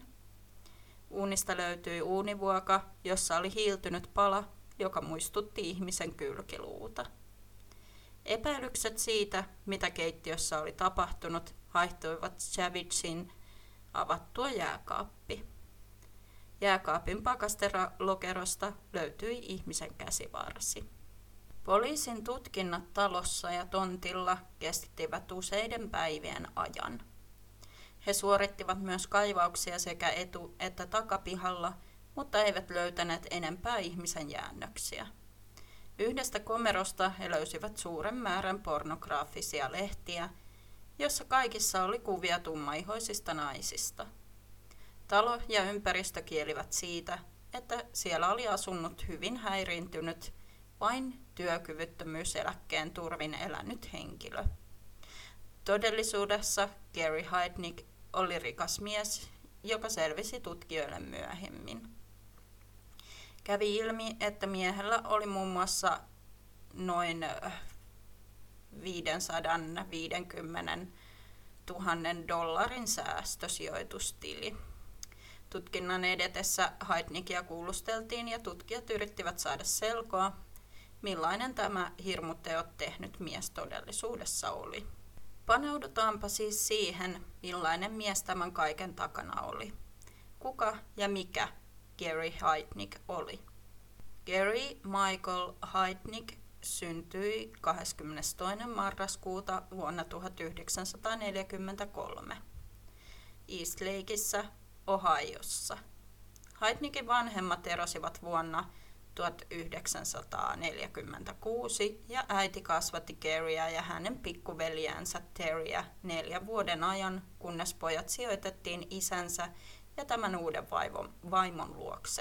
Uunista löytyi uunivuoka, jossa oli hiiltynyt pala, joka muistutti ihmisen kylkiluuta. Epäilykset siitä, mitä keittiössä oli tapahtunut, haihtuivat Savagein avattua jääkaappi. Jääkaapin pakasteralokerosta löytyi ihmisen käsivarsi. Poliisin tutkinnat talossa ja tontilla kestivät useiden päivien ajan. He suorittivat myös kaivauksia sekä etu- että takapihalla, mutta eivät löytäneet enempää ihmisen jäännöksiä. Yhdestä komerosta he löysivät suuren määrän pornograafisia lehtiä, jossa kaikissa oli kuvia tummaihoisista naisista. Talo ja ympäristö kielivät siitä, että siellä oli asunut hyvin häiriintynyt, vain työkyvyttömyyseläkkeen turvin elänyt henkilö. Todellisuudessa Gary Heidnik oli rikas mies, joka selvisi tutkijoille myöhemmin. Kävi ilmi, että miehellä oli muun muassa noin viisisataaviisikymmentätuhatta dollarin säästösijoitustili. Tutkinnan edetessä Heidnikia kuulusteltiin ja tutkijat yrittivät saada selkoa, millainen tämä hirmuteot tehnyt mies todellisuudessa oli. Paneudutaanpa siis siihen, millainen mies tämän kaiken takana oli. Kuka ja mikä Gary Heidnik oli? Gary Michael Heidnik syntyi kahdeskymmenestoinen marraskuuta vuonna tuhatyhdeksänsataaneljäkymmentäkolme Eastlakeissa, Ohiossa. Heidnikin vanhemmat erosivat vuonna tuhatyhdeksänsataaneljäkymmentäkuusi ja äiti kasvatti Garyä ja hänen pikkuveljäänsä Terryä neljän vuoden ajan, kunnes pojat sijoitettiin isänsä ja tämän uuden vaimon, vaimon luokse.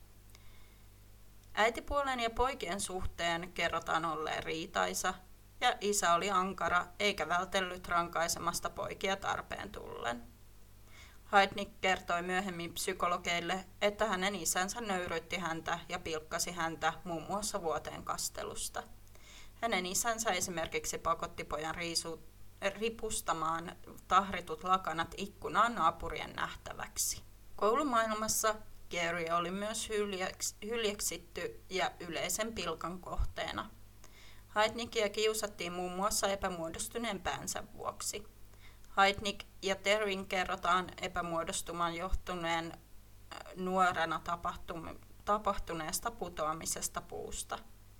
Äitipuolen ja poikien suhteen kerrotaan olleen riitaisa, ja isä oli ankara eikä vältellyt rankaisemasta poikia tarpeen tullen. Heidnik kertoi myöhemmin psykologeille, että hänen isänsä nöyryytti häntä ja pilkkasi häntä muun muassa vuoteen kastelusta. Hänen isänsä esimerkiksi pakotti pojan riisu, ripustamaan tahritut lakanat ikkunaan naapurien nähtäväksi. Koulumaailmassa Gary oli myös hyljeks, hyljeksitty ja yleisen pilkan kohteena. Heidnikia kiusattiin muun muassa epämuodostuneen päänsä vuoksi. Heidnik ja Terryn kerrotaan epämuodostumaan johtuneen nuorena tapahtuneesta putoamisesta puusta.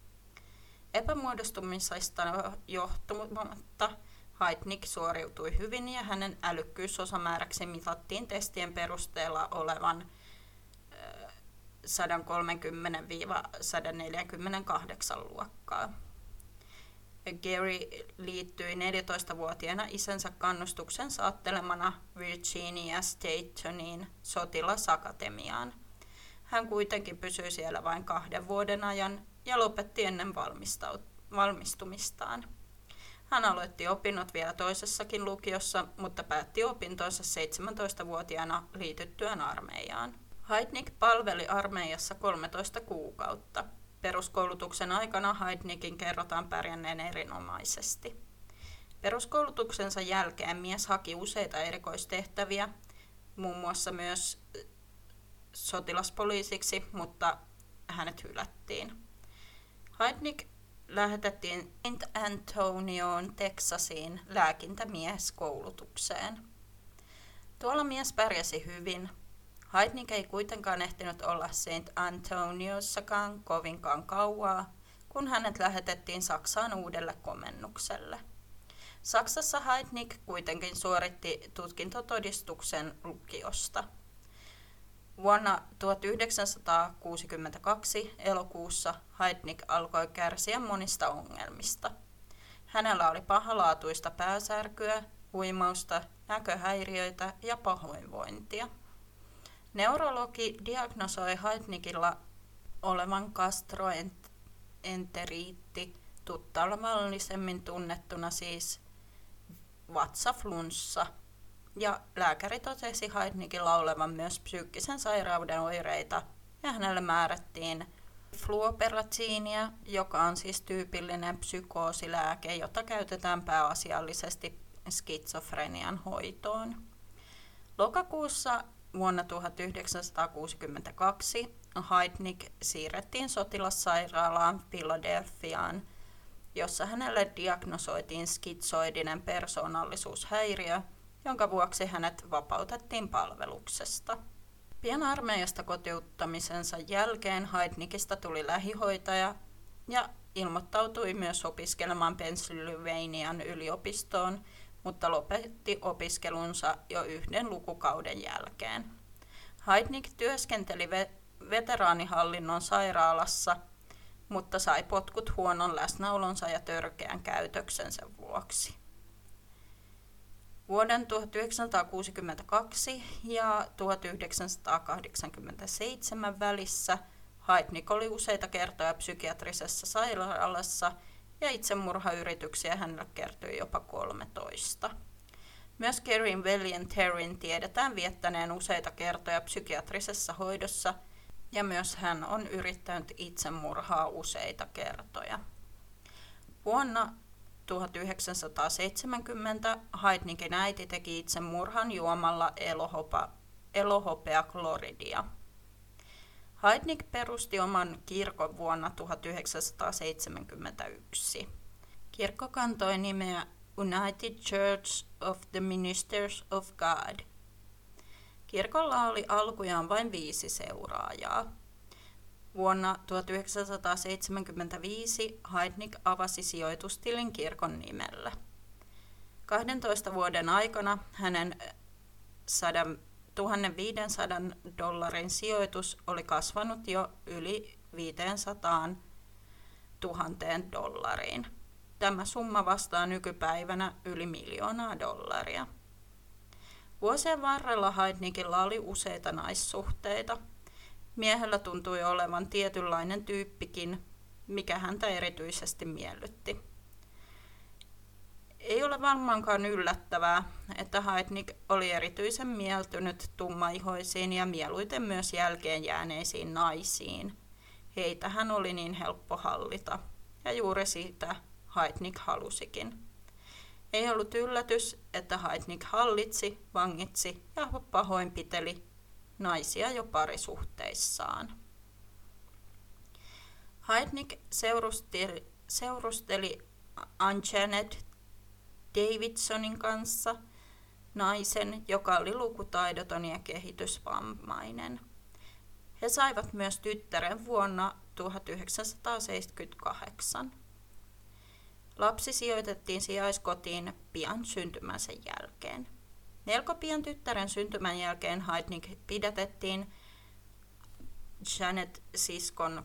Epämuodostumisesta johtumatta Heidnik suoriutui hyvin ja hänen älykkyysosamääräksi mitattiin testien perusteella olevan sata kolmekymmentä sata neljäkymmentäkahdeksan luokkaa. Gary liittyi neljätoistavuotiaana isänsä kannustuksen saattelemana Virginia Statoniin sotilasakatemiaan. Hän kuitenkin pysyi siellä vain kahden vuoden ajan ja lopetti ennen valmistumistaan. Hän aloitti opinnot vielä toisessakin lukiossa, mutta päätti opintonsa seitsemäntoistavuotiaana liityttyään armeijaan. Heidnik palveli armeijassa kolmetoista kuukautta. Peruskoulutuksen aikana Heidnikin kerrotaan pärjänneen erinomaisesti. Peruskoulutuksensa jälkeen mies haki useita erikoistehtäviä, muun muassa myös sotilaspoliisiksi, mutta hänet hylättiin. Heidnik lähetettiin Saint Antonioon, Texasiin lääkintämieskoulutukseen. Tuolla mies pärjäsi hyvin. Heidnik ei kuitenkaan ehtinyt olla Saint Antoniossakaan kovinkaan kauaa, kun hänet lähetettiin Saksaan uudelle komennukselle. Saksassa Heidnik kuitenkin suoritti tutkintotodistuksen lukiosta. Vuonna tuhatyhdeksänsataakuusikymmentäkaksi elokuussa Heidnik alkoi kärsiä monista ongelmista. Hänellä oli pahalaatuista pääsärkyä, huimausta, näköhäiriöitä ja pahoinvointia. Neurologi diagnosoi Heidnikilla olevan gastroenteriitti, tuttavallisemmin tunnettuna siis vatsaflunssa, ja lääkäri totesi Heidnikilla olevan myös psyykkisen sairauden oireita, ja hänelle määrättiin fluoperaziinia, joka on siis tyypillinen psykoosilääke, jota käytetään pääasiallisesti skitsofrenian hoitoon. Lokakuussa vuonna tuhatyhdeksänsataakuusikymmentäkaksi Heidnik siirrettiin sotilassairaalaan Philadelphiaan, jossa hänelle diagnosoitiin skitsoidinen persoonallisuushäiriö, jonka vuoksi hänet vapautettiin palveluksesta. Pian armeijasta kotiuttamisensa jälkeen Heidnikistä tuli lähihoitaja ja ilmoittautui myös opiskelemaan Pennsylvanian yliopistoon, mutta lopetti opiskelunsa jo yhden lukukauden jälkeen. Heidnik työskenteli ve- veteraanihallinnon sairaalassa, mutta sai potkut huonon läsnäolonsa ja törkeän käytöksensä vuoksi. Vuoden tuhatyhdeksänsataakuusikymmentäkaksi ja tuhatyhdeksänsataakahdeksankymmentäseitsemän välissä Heidnik oli useita kertoja psykiatrisessa sairaalassa ja itsemurhayrityksiä hänelle kertyi jopa kolmetoista. Myös Caryn veljen Terryn tiedetään viettäneen useita kertoja psykiatrisessa hoidossa, ja myös hän on yrittänyt itsemurhaa useita kertoja. Vuonna tuhatyhdeksänsataaseitsemänkymmentä Heidnickin äiti teki itsemurhan juomalla elohopa, elohopeakloridia. Heidnik perusti oman kirkon vuonna tuhatyhdeksänsataaseitsemänkymmentäyksi. Kirkko kantoi nimeä United Church of the Ministers of God. Kirkolla oli alkujaan vain viisi seuraajaa. Vuonna tuhatyhdeksänsataaseitsemänkymmentäviisi Heidnik avasi sijoitustilin kirkon nimellä. kahdentoista vuoden aikana hänen tuhatviisisataa dollarin sijoitus oli kasvanut jo yli viisisataa tuhatta dollariin. Tämä summa vastaa nykypäivänä yli miljoonaa dollaria. Vuosien varrella Heidnikilla oli useita naissuhteita. Miehellä tuntui olevan tietynlainen tyyppikin, mikä häntä erityisesti miellytti. Ei ole varmaankaan yllättävää, että Heidnik oli erityisen mieltynyt tummaihoisiin ja mieluiten myös jälkeen jääneisiin naisiin. Heitä hän oli niin helppo hallita, ja juuri siitä Heidnik halusikin. Ei ollut yllätys, että Heidnik hallitsi, vangitsi ja pahoinpiteli naisia jo parisuhteissaan. Heidnik seurusteli, seurusteli Anjanette Davidsonin kanssa, naisen, joka oli lukutaidoton ja kehitysvammainen. He saivat myös tyttären vuonna tuhatyhdeksänsataaseitsemänkymmentäkahdeksan. Lapsi sijoitettiin sijaiskotiin pian syntymänsä jälkeen. Melko pian tyttären syntymän jälkeen Heidnik pidätettiin Janet siskon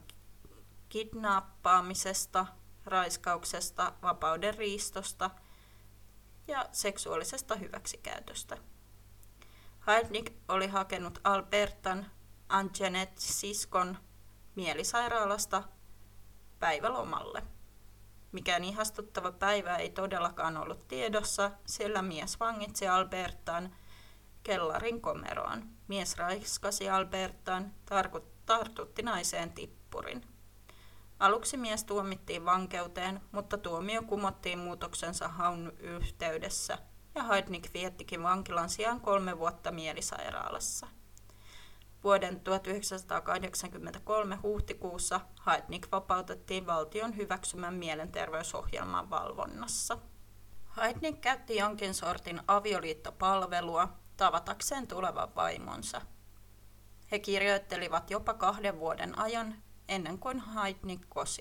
kidnappaamisesta, raiskauksesta, vapauden riistosta ja seksuaalisesta hyväksikäytöstä. Heidnik oli hakenut Albertan, Anjanette siskon, mielisairaalasta päivälomalle. Mikään ihastuttava päivä ei todellakaan ollut tiedossa, sillä mies vangitsi Albertan kellarin komeroon. Mies raiskasi Albertan, tartutti naiseen tippurin. Aluksi mies tuomittiin vankeuteen, mutta tuomio kumottiin muutoksensa haun yhteydessä, ja Heidnik viettikin vankilan sijaan kolme vuotta mielisairaalassa. Vuoden tuhatyhdeksänsataakahdeksankymmentäkolme huhtikuussa Heidnik vapautettiin valtion hyväksymän mielenterveysohjelman valvonnassa. Heidnik käytti jonkin sortin avioliittopalvelua tavatakseen tulevan vaimonsa. He kirjoittelivat jopa kahden vuoden ajan ennen kuin Heidnik kosi.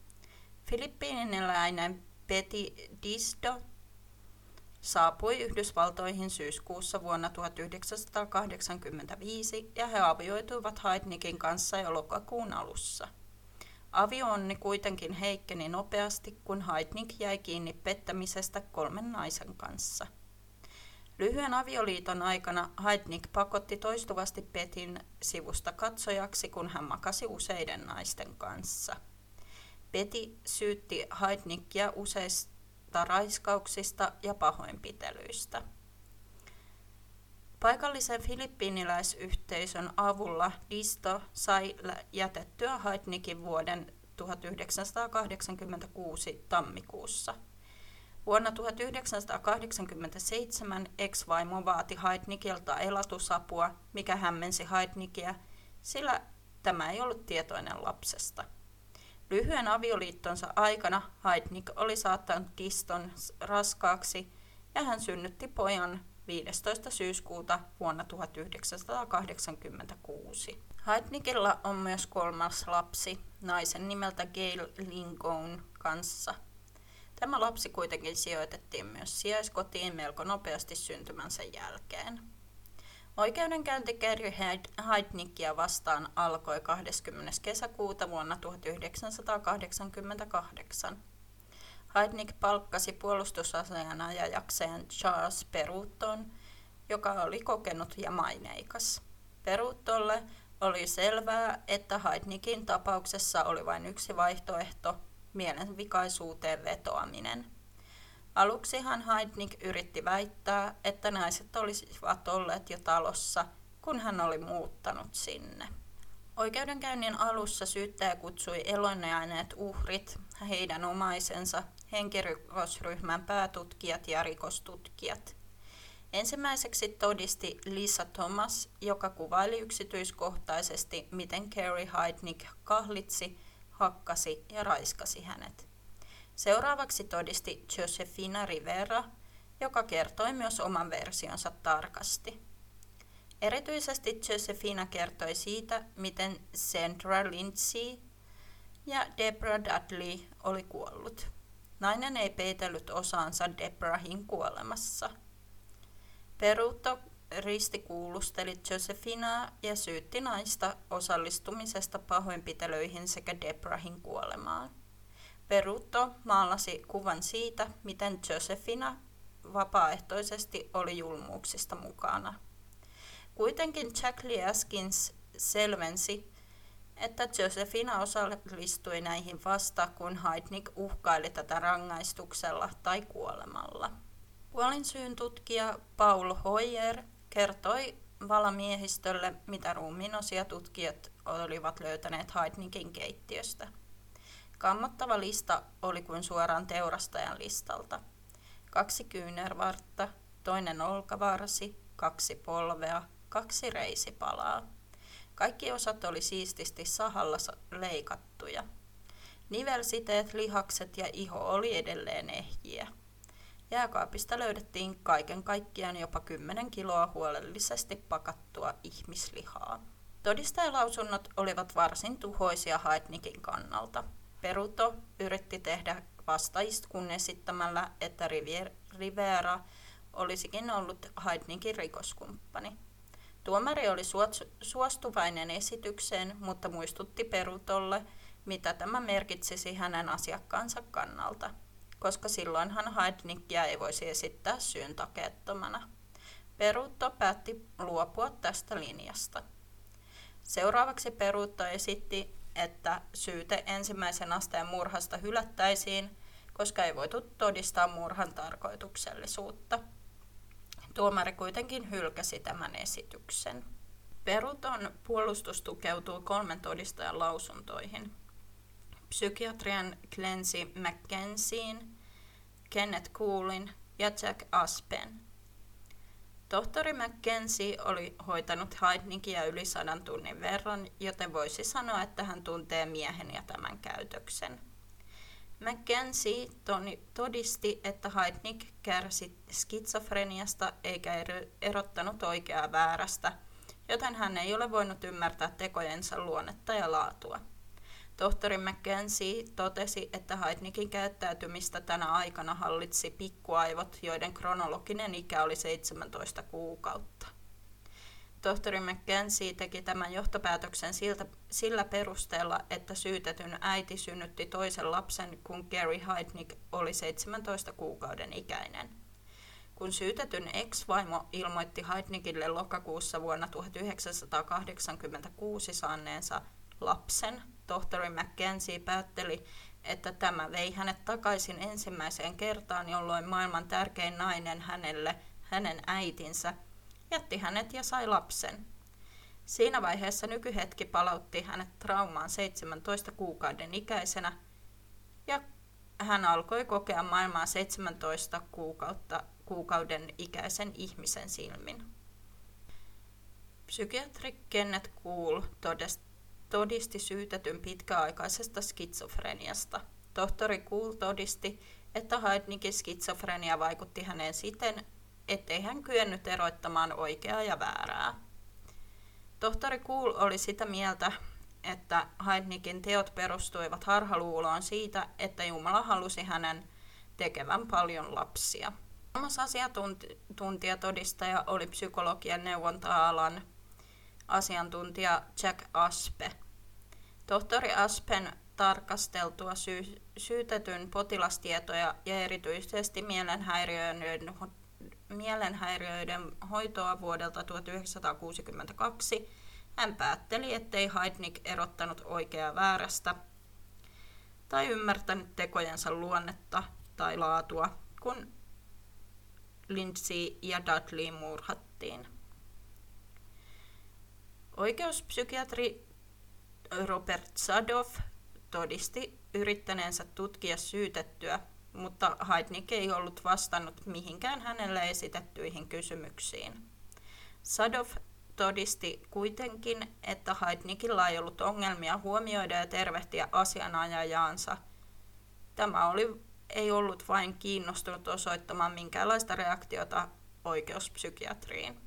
Filippiiniläinen Betty Disto saapui Yhdysvaltoihin syyskuussa vuonna tuhatyhdeksänsataakahdeksankymmentäviisi ja he avioituivat Heidnikin kanssa jo lokakuun alussa. Avio-onni kuitenkin heikkeni nopeasti, kun Heidnik jäi kiinni pettämisestä kolmen naisen kanssa. Lyhyen avioliiton aikana Heidnik pakotti toistuvasti Betin sivusta katsojaksi, kun hän makasi useiden naisten kanssa. Betty syytti Heidnikia useista raiskauksista ja pahoinpitelyistä. Paikallisen filippiiniläisyhteisön avulla Disto sai jätettyä Heidnikin vuoden tuhatyhdeksänsataakahdeksankymmentäkuusi tammikuussa. Vuonna tuhatyhdeksänsataakahdeksankymmentäseitsemän ex-vaimo vaati Heidnikilta elatusapua, mikä hämmensi Heidnikia, sillä tämä ei ollut tietoinen lapsesta. Lyhyen avioliittonsa aikana Heidnik oli saattanut Diston raskaaksi ja hän synnytti pojan viidestoista syyskuuta vuonna tuhatyhdeksänsataakahdeksankymmentäkuusi. Heidnikilla on myös kolmas lapsi naisen nimeltä Gail Lincoln kanssa. Tämä lapsi kuitenkin sijoitettiin myös sijaiskotiin melko nopeasti syntymänsä jälkeen. Oikeudenkäynti Carey Heidnikia vastaan alkoi kahdeskymmenes kesäkuuta vuonna tuhatyhdeksänsataakahdeksankymmentäkahdeksan. Heidnik palkkasi puolustusasianajajakseen Charles Perutton, joka oli kokenut ja maineikas. Peruttolle oli selvää, että Heidnikin tapauksessa oli vain yksi vaihtoehto, mielenvikaisuuteen vetoaminen. Aluksihan Heidnik yritti väittää, että naiset olisivat olleet jo talossa, kun hän oli muuttanut sinne. Oikeudenkäynnin alussa syyttäjä kutsui eloon jääneet uhrit, heidän omaisensa, henkirikosryhmän päätutkijat ja rikostutkijat. Ensimmäiseksi todisti Lisa Thomas, joka kuvaili yksityiskohtaisesti, miten Carrie Heidnik kahlitsi, hakkasi ja raiskasi hänet. Seuraavaksi todisti Josefina Rivera, joka kertoi myös oman versionsa tarkasti. Erityisesti Josefina kertoi siitä, miten Sandra Lindsay ja Deborah Dudley oli kuollut. Nainen ei peitellyt osaansa Debrahin kuolemassa. Peruto ristikuulusteli Josefinaa ja syytti naista osallistumisesta pahoinpitelöihin sekä Debrahin kuolemaan. Peruto maalasi kuvan siitä, miten Josefina vapaaehtoisesti oli julmuuksista mukana. Kuitenkin Jack Liaskins selvensi, että Josefina osallistui näihin vasta, kun Heidnik uhkaili tätä rangaistuksella tai kuolemalla. Kuolinsyyn tutkija Paul Hoyer kertoi valamiehistölle, mitä ruumiinosia tutkijat olivat löytäneet Heidnikin keittiöstä. Kammottava lista oli kuin suoraan teurastajan listalta. Kaksi kyynärvartta, toinen olkavarsi, kaksi polvea, kaksi reisipalaa. Kaikki osat oli siististi sahalla leikattuja. Nivelsiteet, lihakset ja iho oli edelleen ehjiä. Jääkaapista löydettiin kaiken kaikkiaan jopa kymmenen kiloa huolellisesti pakattua ihmislihaa. Todistajalausunnot olivat varsin tuhoisia Heidnikin kannalta. Peruto yritti tehdä vastaiskun esittämällä, että Rivera olisikin ollut Heidnikin rikoskumppani. Tuomari oli suostuvainen esitykseen, mutta muistutti Perutolle, mitä tämä merkitsisi hänen asiakkaansa kannalta, koska silloinhan Heidnikia ei voisi esittää syyntakeettomana. Peruto päätti luopua tästä linjasta. Seuraavaksi Peruto esitti, että syyte ensimmäisen asteen murhasta hylättäisiin, koska ei voitu todistaa murhan tarkoituksellisuutta. Tuomari kuitenkin hylkäsi tämän esityksen. Peruton puolustus tukeutui kolmen todistajan lausuntoihin. Psykiatrian Clancy McKenzien, Kenneth Coolin ja Jack Aspen. Tohtori McKenzie oli hoitanut Heidnikia yli sadan tunnin verran, joten voisi sanoa, että hän tuntee miehen ja tämän käytöksen. McKenzie todisti, että Heidnik kärsi skitsofreniasta eikä erottanut oikeaa väärästä, joten hän ei ole voinut ymmärtää tekojensa luonnetta ja laatua. Tohtori McKenzie totesi, että Heidnikin käyttäytymistä tänä aikana hallitsi pikkuaivot, joiden kronologinen ikä oli seitsemäntoista kuukautta. Tohtori McKenzie teki tämän johtopäätöksen siltä, sillä perusteella, että syytetyn äiti synnytti toisen lapsen, kun Carrie Heidnik oli seitsemäntoista kuukauden ikäinen. Kun syytetyn ex-vaimo ilmoitti Heidnikille lokakuussa vuonna tuhatyhdeksänsataakahdeksankymmentäkuusi saaneensa lapsen, tohtori McKenzie päätteli, että tämä vei hänet takaisin ensimmäiseen kertaan, jolloin maailman tärkein nainen hänelle, hänen äitinsä, jätti hänet ja sai lapsen. Siinä vaiheessa nykyhetki palautti hänet traumaan seitsemäntoista kuukauden ikäisenä ja hän alkoi kokea maailmaa seitsemäntoista kuukautta, kuukauden ikäisen ihmisen silmin. Psykiatri Kenneth Cool todisti syytetyn pitkäaikaisesta skitsofreniasta. Tohtori Cool todisti, että Heidnikin skitsofrenia vaikutti häneen siten, ettei hän kyennyt erottamaan oikeaa ja väärää. Tohtori Cool oli sitä mieltä, että Heidnikin teot perustuivat harhaluuloon siitä, että Jumala halusi hänen tekevän paljon lapsia. Kolmas asiantuntijatodistaja oli psykologian neuvonta-alan asiantuntija Jack Aspe. Tohtori Aspen tarkasteltua sy- syytetyn potilastietoja ja erityisesti mielenhäiriöiden, mielenhäiriöiden hoitoa vuodelta tuhatyhdeksänsataakuusikymmentäkaksi hän päätteli, ettei Heidnik erottanut oikeaa väärästä tai ymmärtänyt tekojensa luonnetta tai laatua, kun Lindsay ja Dudley murhattiin. Oikeuspsykiatri Robert Sadoff todisti yrittäneensä tutkia syytettyä, mutta Heidnik ei ollut vastannut mihinkään hänelle esitettyihin kysymyksiin. Sadoff todisti kuitenkin, että Heidnikilla ei ollut ongelmia huomioida ja tervehtiä asianajajaansa. Tämä oli, ei ollut vain kiinnostunut osoittamaan minkäänlaista reaktiota oikeuspsykiatriin.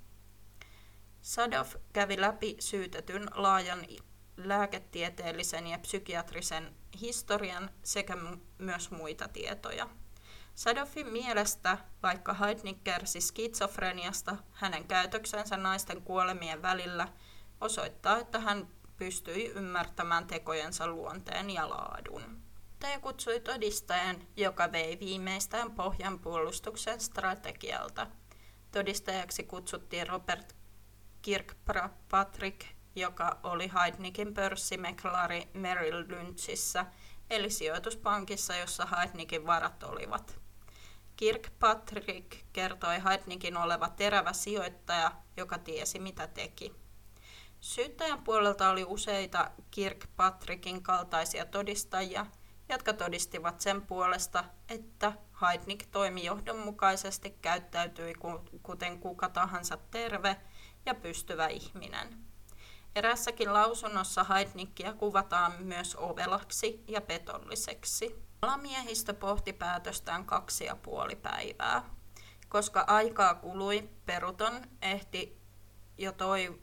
Sadoff kävi läpi syytetyn laajan lääketieteellisen ja psykiatrisen historian sekä myös muita tietoja. Sadoffin mielestä, vaikka Heidnik kärsi skitsofreniasta, hänen käytöksensä naisten kuolemien välillä osoittaa, että hän pystyi ymmärtämään tekojensa luonteen ja laadun. Tämä kutsui todistajan, joka vei viimeistään pohjan puolustuksen strategialta. Todistajaksi kutsuttiin Robert Kirkpatrick, joka oli Heidnikin pörssimeklari Merrill Lynchissä, eli sijoituspankissa, jossa Heidnikin varat olivat. Kirkpatrick kertoi Heidnikin oleva terävä sijoittaja, joka tiesi mitä teki. Syyttäjän puolelta oli useita Kirkpatrickin kaltaisia todistajia, jotka todistivat sen puolesta, että Heidnik toimi johdonmukaisesti, käyttäytyi kuten kuka tahansa terve ja pystyvä ihminen. Erässäkin lausunnossa Heidnikkiä kuvataan myös ovelaksi ja petolliseksi. Valamiehistö pohti päätöstään kaksi ja puoli päivää. Koska aikaa kului, Peruton, ehti jo toi...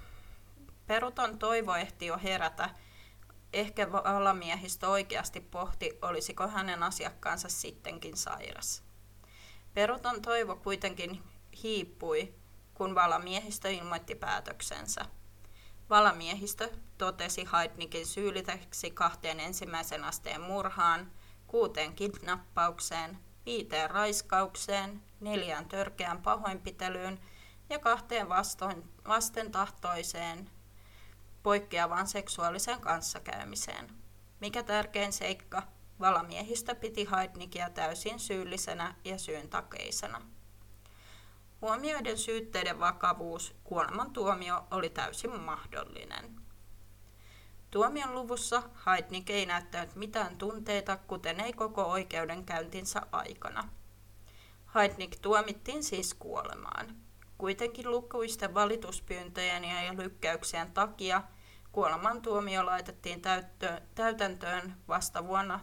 Peruton toivo ehti jo herätä. Ehkä valamiehistö oikeasti pohti, olisiko hänen asiakkaansa sittenkin sairas. Peruton toivo kuitenkin hiipui, kun valamiehistö ilmoitti päätöksensä. Valamiehistö totesi Heidnikin syylliseksi kahteen ensimmäisen asteen murhaan, kuuteen kidnappaukseen, viiteen raiskaukseen, neljään törkeään pahoinpitelyyn ja kahteen vastoin, vastentahtoiseen poikkeavaan seksuaaliseen kanssakäymiseen. Mikä tärkein seikka, valamiehistö piti Heidnikia täysin syyllisenä ja syyntakeisena. Huomioiden syytteiden vakavuus, kuolemantuomio oli täysin mahdollinen. Tuomion luvussa Heidnik ei näyttänyt mitään tunteita, kuten ei koko oikeudenkäyntinsä aikana. Heidnik tuomittiin siis kuolemaan. Kuitenkin lukuisten valituspyyntöjen ja lykkäyksien takia kuolemantuomio laitettiin täyttö, täytäntöön vasta vuonna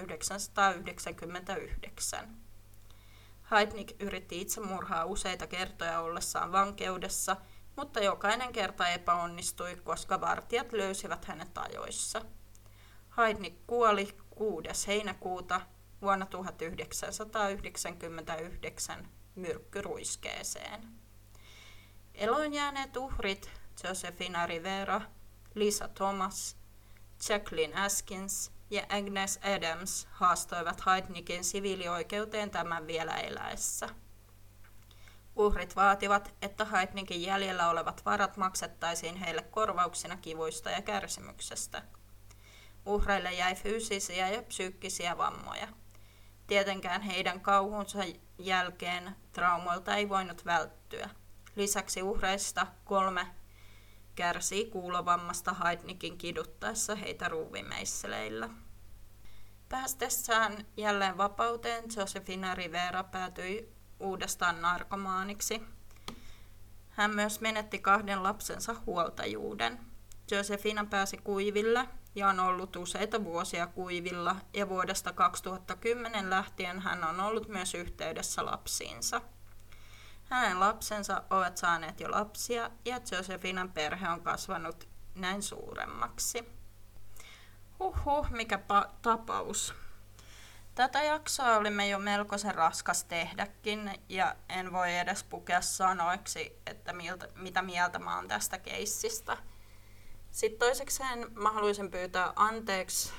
tuhatyhdeksänsataayhdeksänkymmentäyhdeksän. Heidnik yritti itsemurhaa useita kertoja ollessaan vankeudessa, mutta jokainen kerta epäonnistui, koska vartijat löysivät hänet ajoissa. Heidnik kuoli kuudes heinäkuuta vuonna tuhatyhdeksänsataayhdeksänkymmentäyhdeksän myrkkyruiskeeseen. Eloon jääneet uhrit Josefina Rivera, Lisa Thomas, Jacqueline Askins ja Agnes Adams haastoivat Heidnikin siviilioikeuteen tämän vielä eläessä. Uhrit vaativat, että Heidnikin jäljellä olevat varat maksettaisiin heille korvauksina kivuista ja kärsimyksestä. Uhreille jäi fyysisiä ja psyykkisiä vammoja. Tietenkään heidän kauhunsa jälkeen traumoilta ei voinut välttyä. Lisäksi uhreista kolme kärsii kuulovammasta Heidnikin kiduttaessa heitä ruuvimeisseleillä. Päästessään jälleen vapauteen Josefina Rivera päätyi uudestaan narkomaaniksi. Hän myös menetti kahden lapsensa huoltajuuden. Josefina pääsi kuiville ja on ollut useita vuosia kuivilla ja vuodesta kaksituhattakymmenen lähtien hän on ollut myös yhteydessä lapsiinsa. Hänen lapsensa ovat saaneet jo lapsia ja Josefinan perhe on kasvanut näin suuremmaksi. Huhhuh, mikä pa- tapaus. Tätä jaksoa olimme jo melkoisen raskas tehdäkin ja en voi edes pukea sanoiksi, että miltä, mitä mieltä mä oon tästä keissistä. Sitten toisekseen mä haluaisin pyytää anteeksi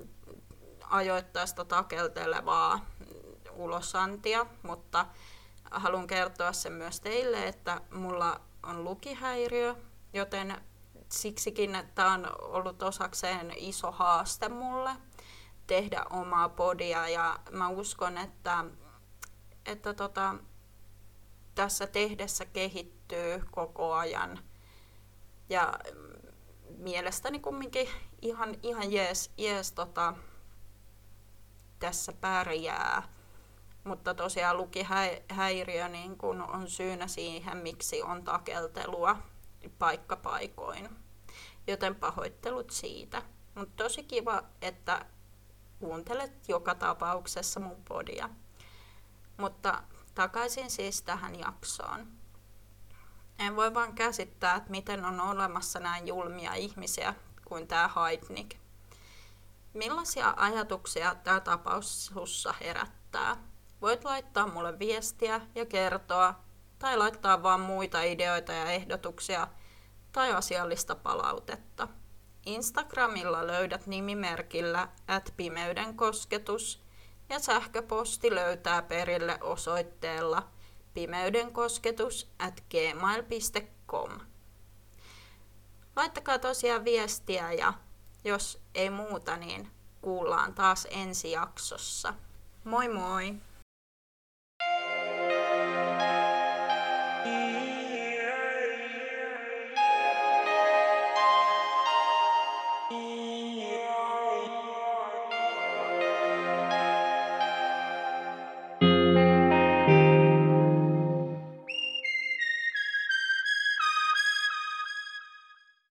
ajoittaista takeltelevaa ulosantia, mutta haluan kertoa sen myös teille, että mulla on lukihäiriö, joten siksikin tämä on ollut osakseen iso haaste mulle. tehdä omaa podia ja mä uskon, että, että tota, tässä tehdessä kehittyy koko ajan ja mielestäni kumminkin ihan, ihan jees, jees tota, tässä pärjää. Mutta tosiaan lukihäiriö niin kun on syynä siihen, miksi on takeltelua paikkapaikoin. Joten pahoittelut siitä. Mutta tosi kiva, että kuuntelet joka tapauksessa mun podia. Mutta takaisin siis tähän jaksoon. En voi vaan käsittää, että miten on olemassa näin julmia ihmisiä kuin tää Heidnik. Millaisia ajatuksia tää tapaus sussa herättää? Voit laittaa mulle viestiä ja kertoa, tai laittaa vaan muita ideoita ja ehdotuksia, tai asiallista palautetta. Instagramilla löydät nimimerkillä at pimeydenkosketus ja sähköposti löytää perille osoitteella pimeydenkosketus at gmail piste com. Laittakaa tosiaan viestiä ja jos ei muuta, niin kuullaan taas ensi jaksossa. Moi moi!